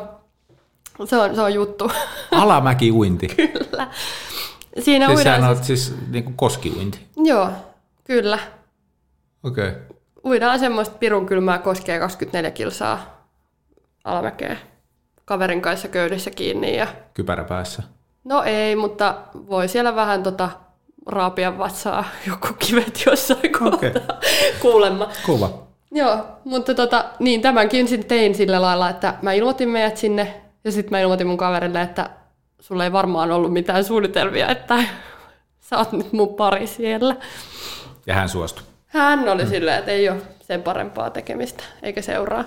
Se on, se on juttu. Alamäki-uinti? Kyllä. Siinä siis uidaan sehän on siis, siis niin kuin koski-uinti? Joo, kyllä. Okei. Okay. Uidaan semmoista pirun kylmää koskea kaksikymmentäneljä kilsaa alamäkeä. Kaverin kanssa köydissä kiinni. Ja kypärä päässä? No ei, mutta voi siellä vähän tota raapia vatsaa joku kivet jossain kohtaa. Okay. Kuulemma. Kuva. Joo, mutta tota, niin tämänkin sitten tein sillä lailla, että mä ilmoitin meidät sinne. Ja sitten mä ilmoitin mun kaverille, että sulla ei varmaan ollut mitään suunnitelmia, että sä oot nyt mun pari siellä. Ja hän suostui. Hän oli hmm. silleen, että ei ole sen parempaa tekemistä, eikä seuraa.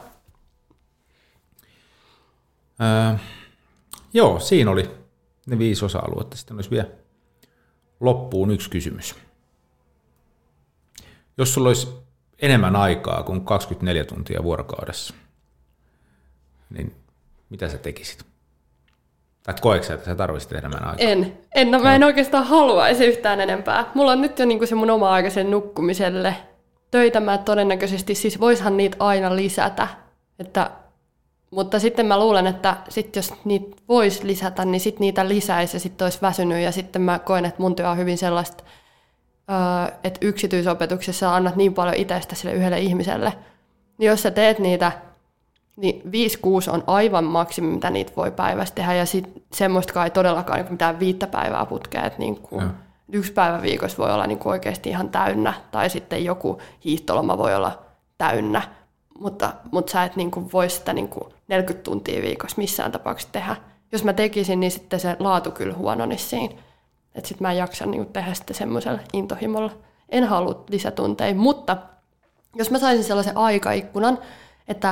Öö, joo, siinä oli ne viisi osa-aluetta. Sitten olisi vielä loppuun yksi kysymys. Jos sulla olisi enemmän aikaa kuin kaksikymmentäneljä tuntia vuorokaudessa, niin mitä sä tekisit? Tai koetko sä, että sä tarvitsit enemmän aikaa? En. en no, mä en oikeastaan haluaisi yhtään enempää. Mulla on nyt jo niinku se mun oma aika sen nukkumiselle. Töitä mä todennäköisesti, siis voishan niitä aina lisätä. Että, mutta sitten mä luulen, että sit jos niitä voisi lisätä, niin sit niitä lisäisi ja sitten olisi väsynyt. Ja sitten mä koen, että mun työ on hyvin sellaista, että yksityisopetuksessa annat niin paljon itsestä sille yhdelle ihmiselle. Niin jos sä teet niitä, niin viisi kuusi on aivan maksimi, mitä niitä voi päivässä tehdä, ja sitten semmoistakaan ei todellakaan niin mitään viittä päivää putkea, että niin kuin yksi päivä viikossa voi olla niin kuin oikeasti ihan täynnä, tai sitten joku hiihtoloma voi olla täynnä, mutta, mutta sä et niin kuin voi sitä niin kuin neljäkymmentä tuntia viikossa missään tapauksessa tehdä. Jos mä tekisin, niin sitten se laatu kyllä huononisi siinä. Että sitten mä en jaksa niin kuin tehdä sitten semmoisella intohimolla. En halua lisätunteja, mutta jos mä saisin sellaisen aikaikkunan, että,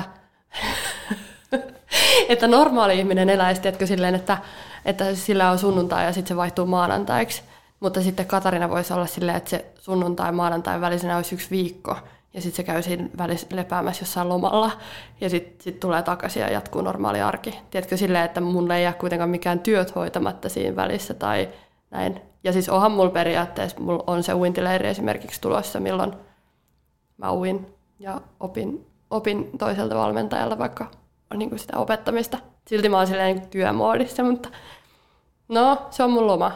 että normaali ihminen eläisi, tiedätkö, silleen, että, että sillä on sunnuntai ja sitten se vaihtuu maanantaiksi. Mutta sitten Katarina voisi olla silleen, että se sunnuntai maanantai välisenä olisi yksi viikko. Ja sitten se käy siinä välissä lepäämässä jossain lomalla. Ja sitten sit tulee takaisin ja jatkuu normaali arki. Tiedätkö silleen, että mulle ei jää kuitenkaan mikään työt hoitamatta siinä välissä tai näin. Ja siis onhan mulla periaatteessa, mulla on se uintileiri esimerkiksi tulossa, milloin mä uin ja opin, opin toiselta valmentajalta vaikka on niin kuin sitä opettamista. Silti mä oon silleen niin työmoodissa, mutta no, se on mun loma.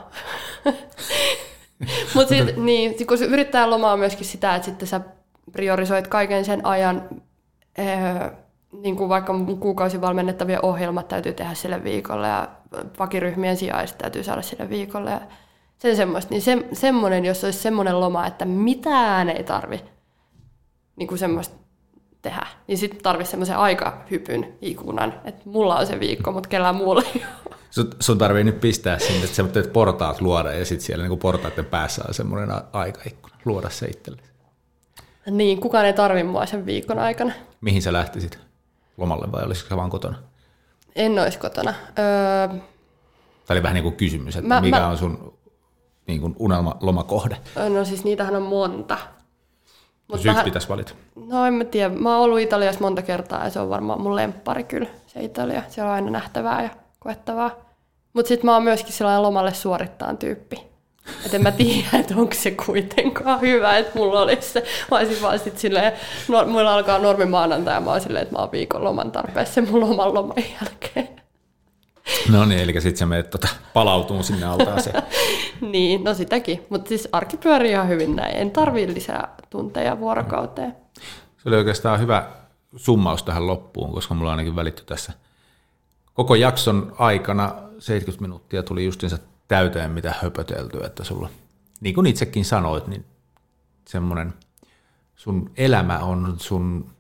Mutta niin, kun yrittää lomaa on myöskin sitä, että sitten sä priorisoit kaiken sen ajan, ee, niin kuin vaikka mun kuukausivalmennettavien ohjelmat täytyy tehdä sille viikolle ja vakiryhmien sijaiset täytyy saada sille viikolle ja sen semmoista. Niin se, semmoinen, jos olisi semmoinen loma, että mitään ei tarvi niin kuin semmoista tehdä, niin sitten tarvitsisi semmoisen aikahypyn ikunan, että mulla on se viikko, mutta kellään muulla ei ole. Sun, sun tarvii nyt pistää sinne, että sä teet portaat luoda ja sitten siellä niin portaiden päässä on semmoinen aikaikkuna, luoda se itsellesi. Niin, kukaan ei tarvi mua sen viikon aikana. Mihin sä lähtisit? Lomalle vai olisiko sä vaan kotona? En olisi kotona. Öö, Tämä oli vähän niin kuin kysymys, että mä, mikä mä, on sun niin kuin unelma-lomakohde? No siis niitähän on monta. Jos yksi pitäisi valita. No en mä tiedä. Mä oon ollut Italiassa monta kertaa ja se on varmaan mun lemppari kyllä, se Italia. Siellä on aina nähtävää ja koettavaa. Mutta sitten mä oon myöskin sellainen lomalle suorittaan tyyppi. Että en mä tiedä, että onko se kuitenkaan hyvä, että mulla olisi se. Mä olisin vaan sit silleen, no, mulla alkaa normi maanantai ja mä oon silleen, että mä oon viikon loman tarpeessa sen mun loman loman jälkeen. No niin, eli sitten sä menet tota, palautuun sinne altaaseen. Niin, no sitäkin. Mutta siis arki pyörii ihan hyvin näin. En tarvii lisää tunteja vuorokauteen. Se oli oikeastaan hyvä summaus tähän loppuun, koska mulla on ainakin välitty tässä koko jakson aikana seitsemänkymmentä minuuttia tuli justiinsa täyteen, mitä höpöteltyä, että sulla, niin kuin itsekin sanoit, niin semmoinen sun elämä on sun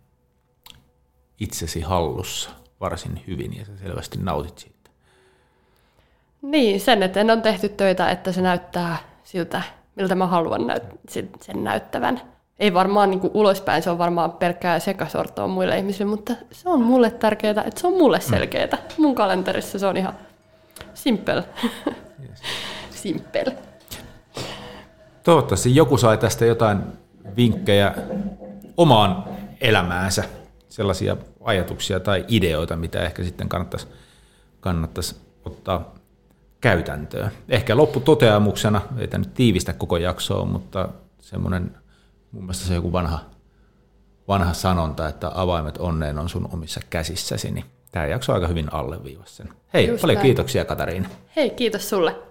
itsesi hallussa varsin hyvin ja sä selvästi nautit siitä. Niin, sen eteen on tehty töitä, että se näyttää siltä, miltä mä haluan näyt- sen näyttävän. Ei varmaan niin kuin ulospäin, se on varmaan pelkkää sekasortoa muille ihmisille, mutta se on mulle tärkeää, että se on mulle selkeää. Mun kalenterissa se on ihan simple. Yes. Simple. Toivottavasti joku sai tästä jotain vinkkejä omaan elämäänsä, sellaisia ajatuksia tai ideoita, mitä ehkä sitten kannattaisi, kannattaisi ottaa käytäntöön. Ehkä lopputoteamuksena, ei tämä nyt tiivistä koko jaksoa, mutta semmoinen, mun mielestä se on joku vanha, vanha sanonta, että avaimet onneen on sun omissa käsissäsi, niin tämä jakso aika hyvin alleviivasi sen. Hei, Just paljon näin. kiitoksia Katariina. Hei, kiitos sulle.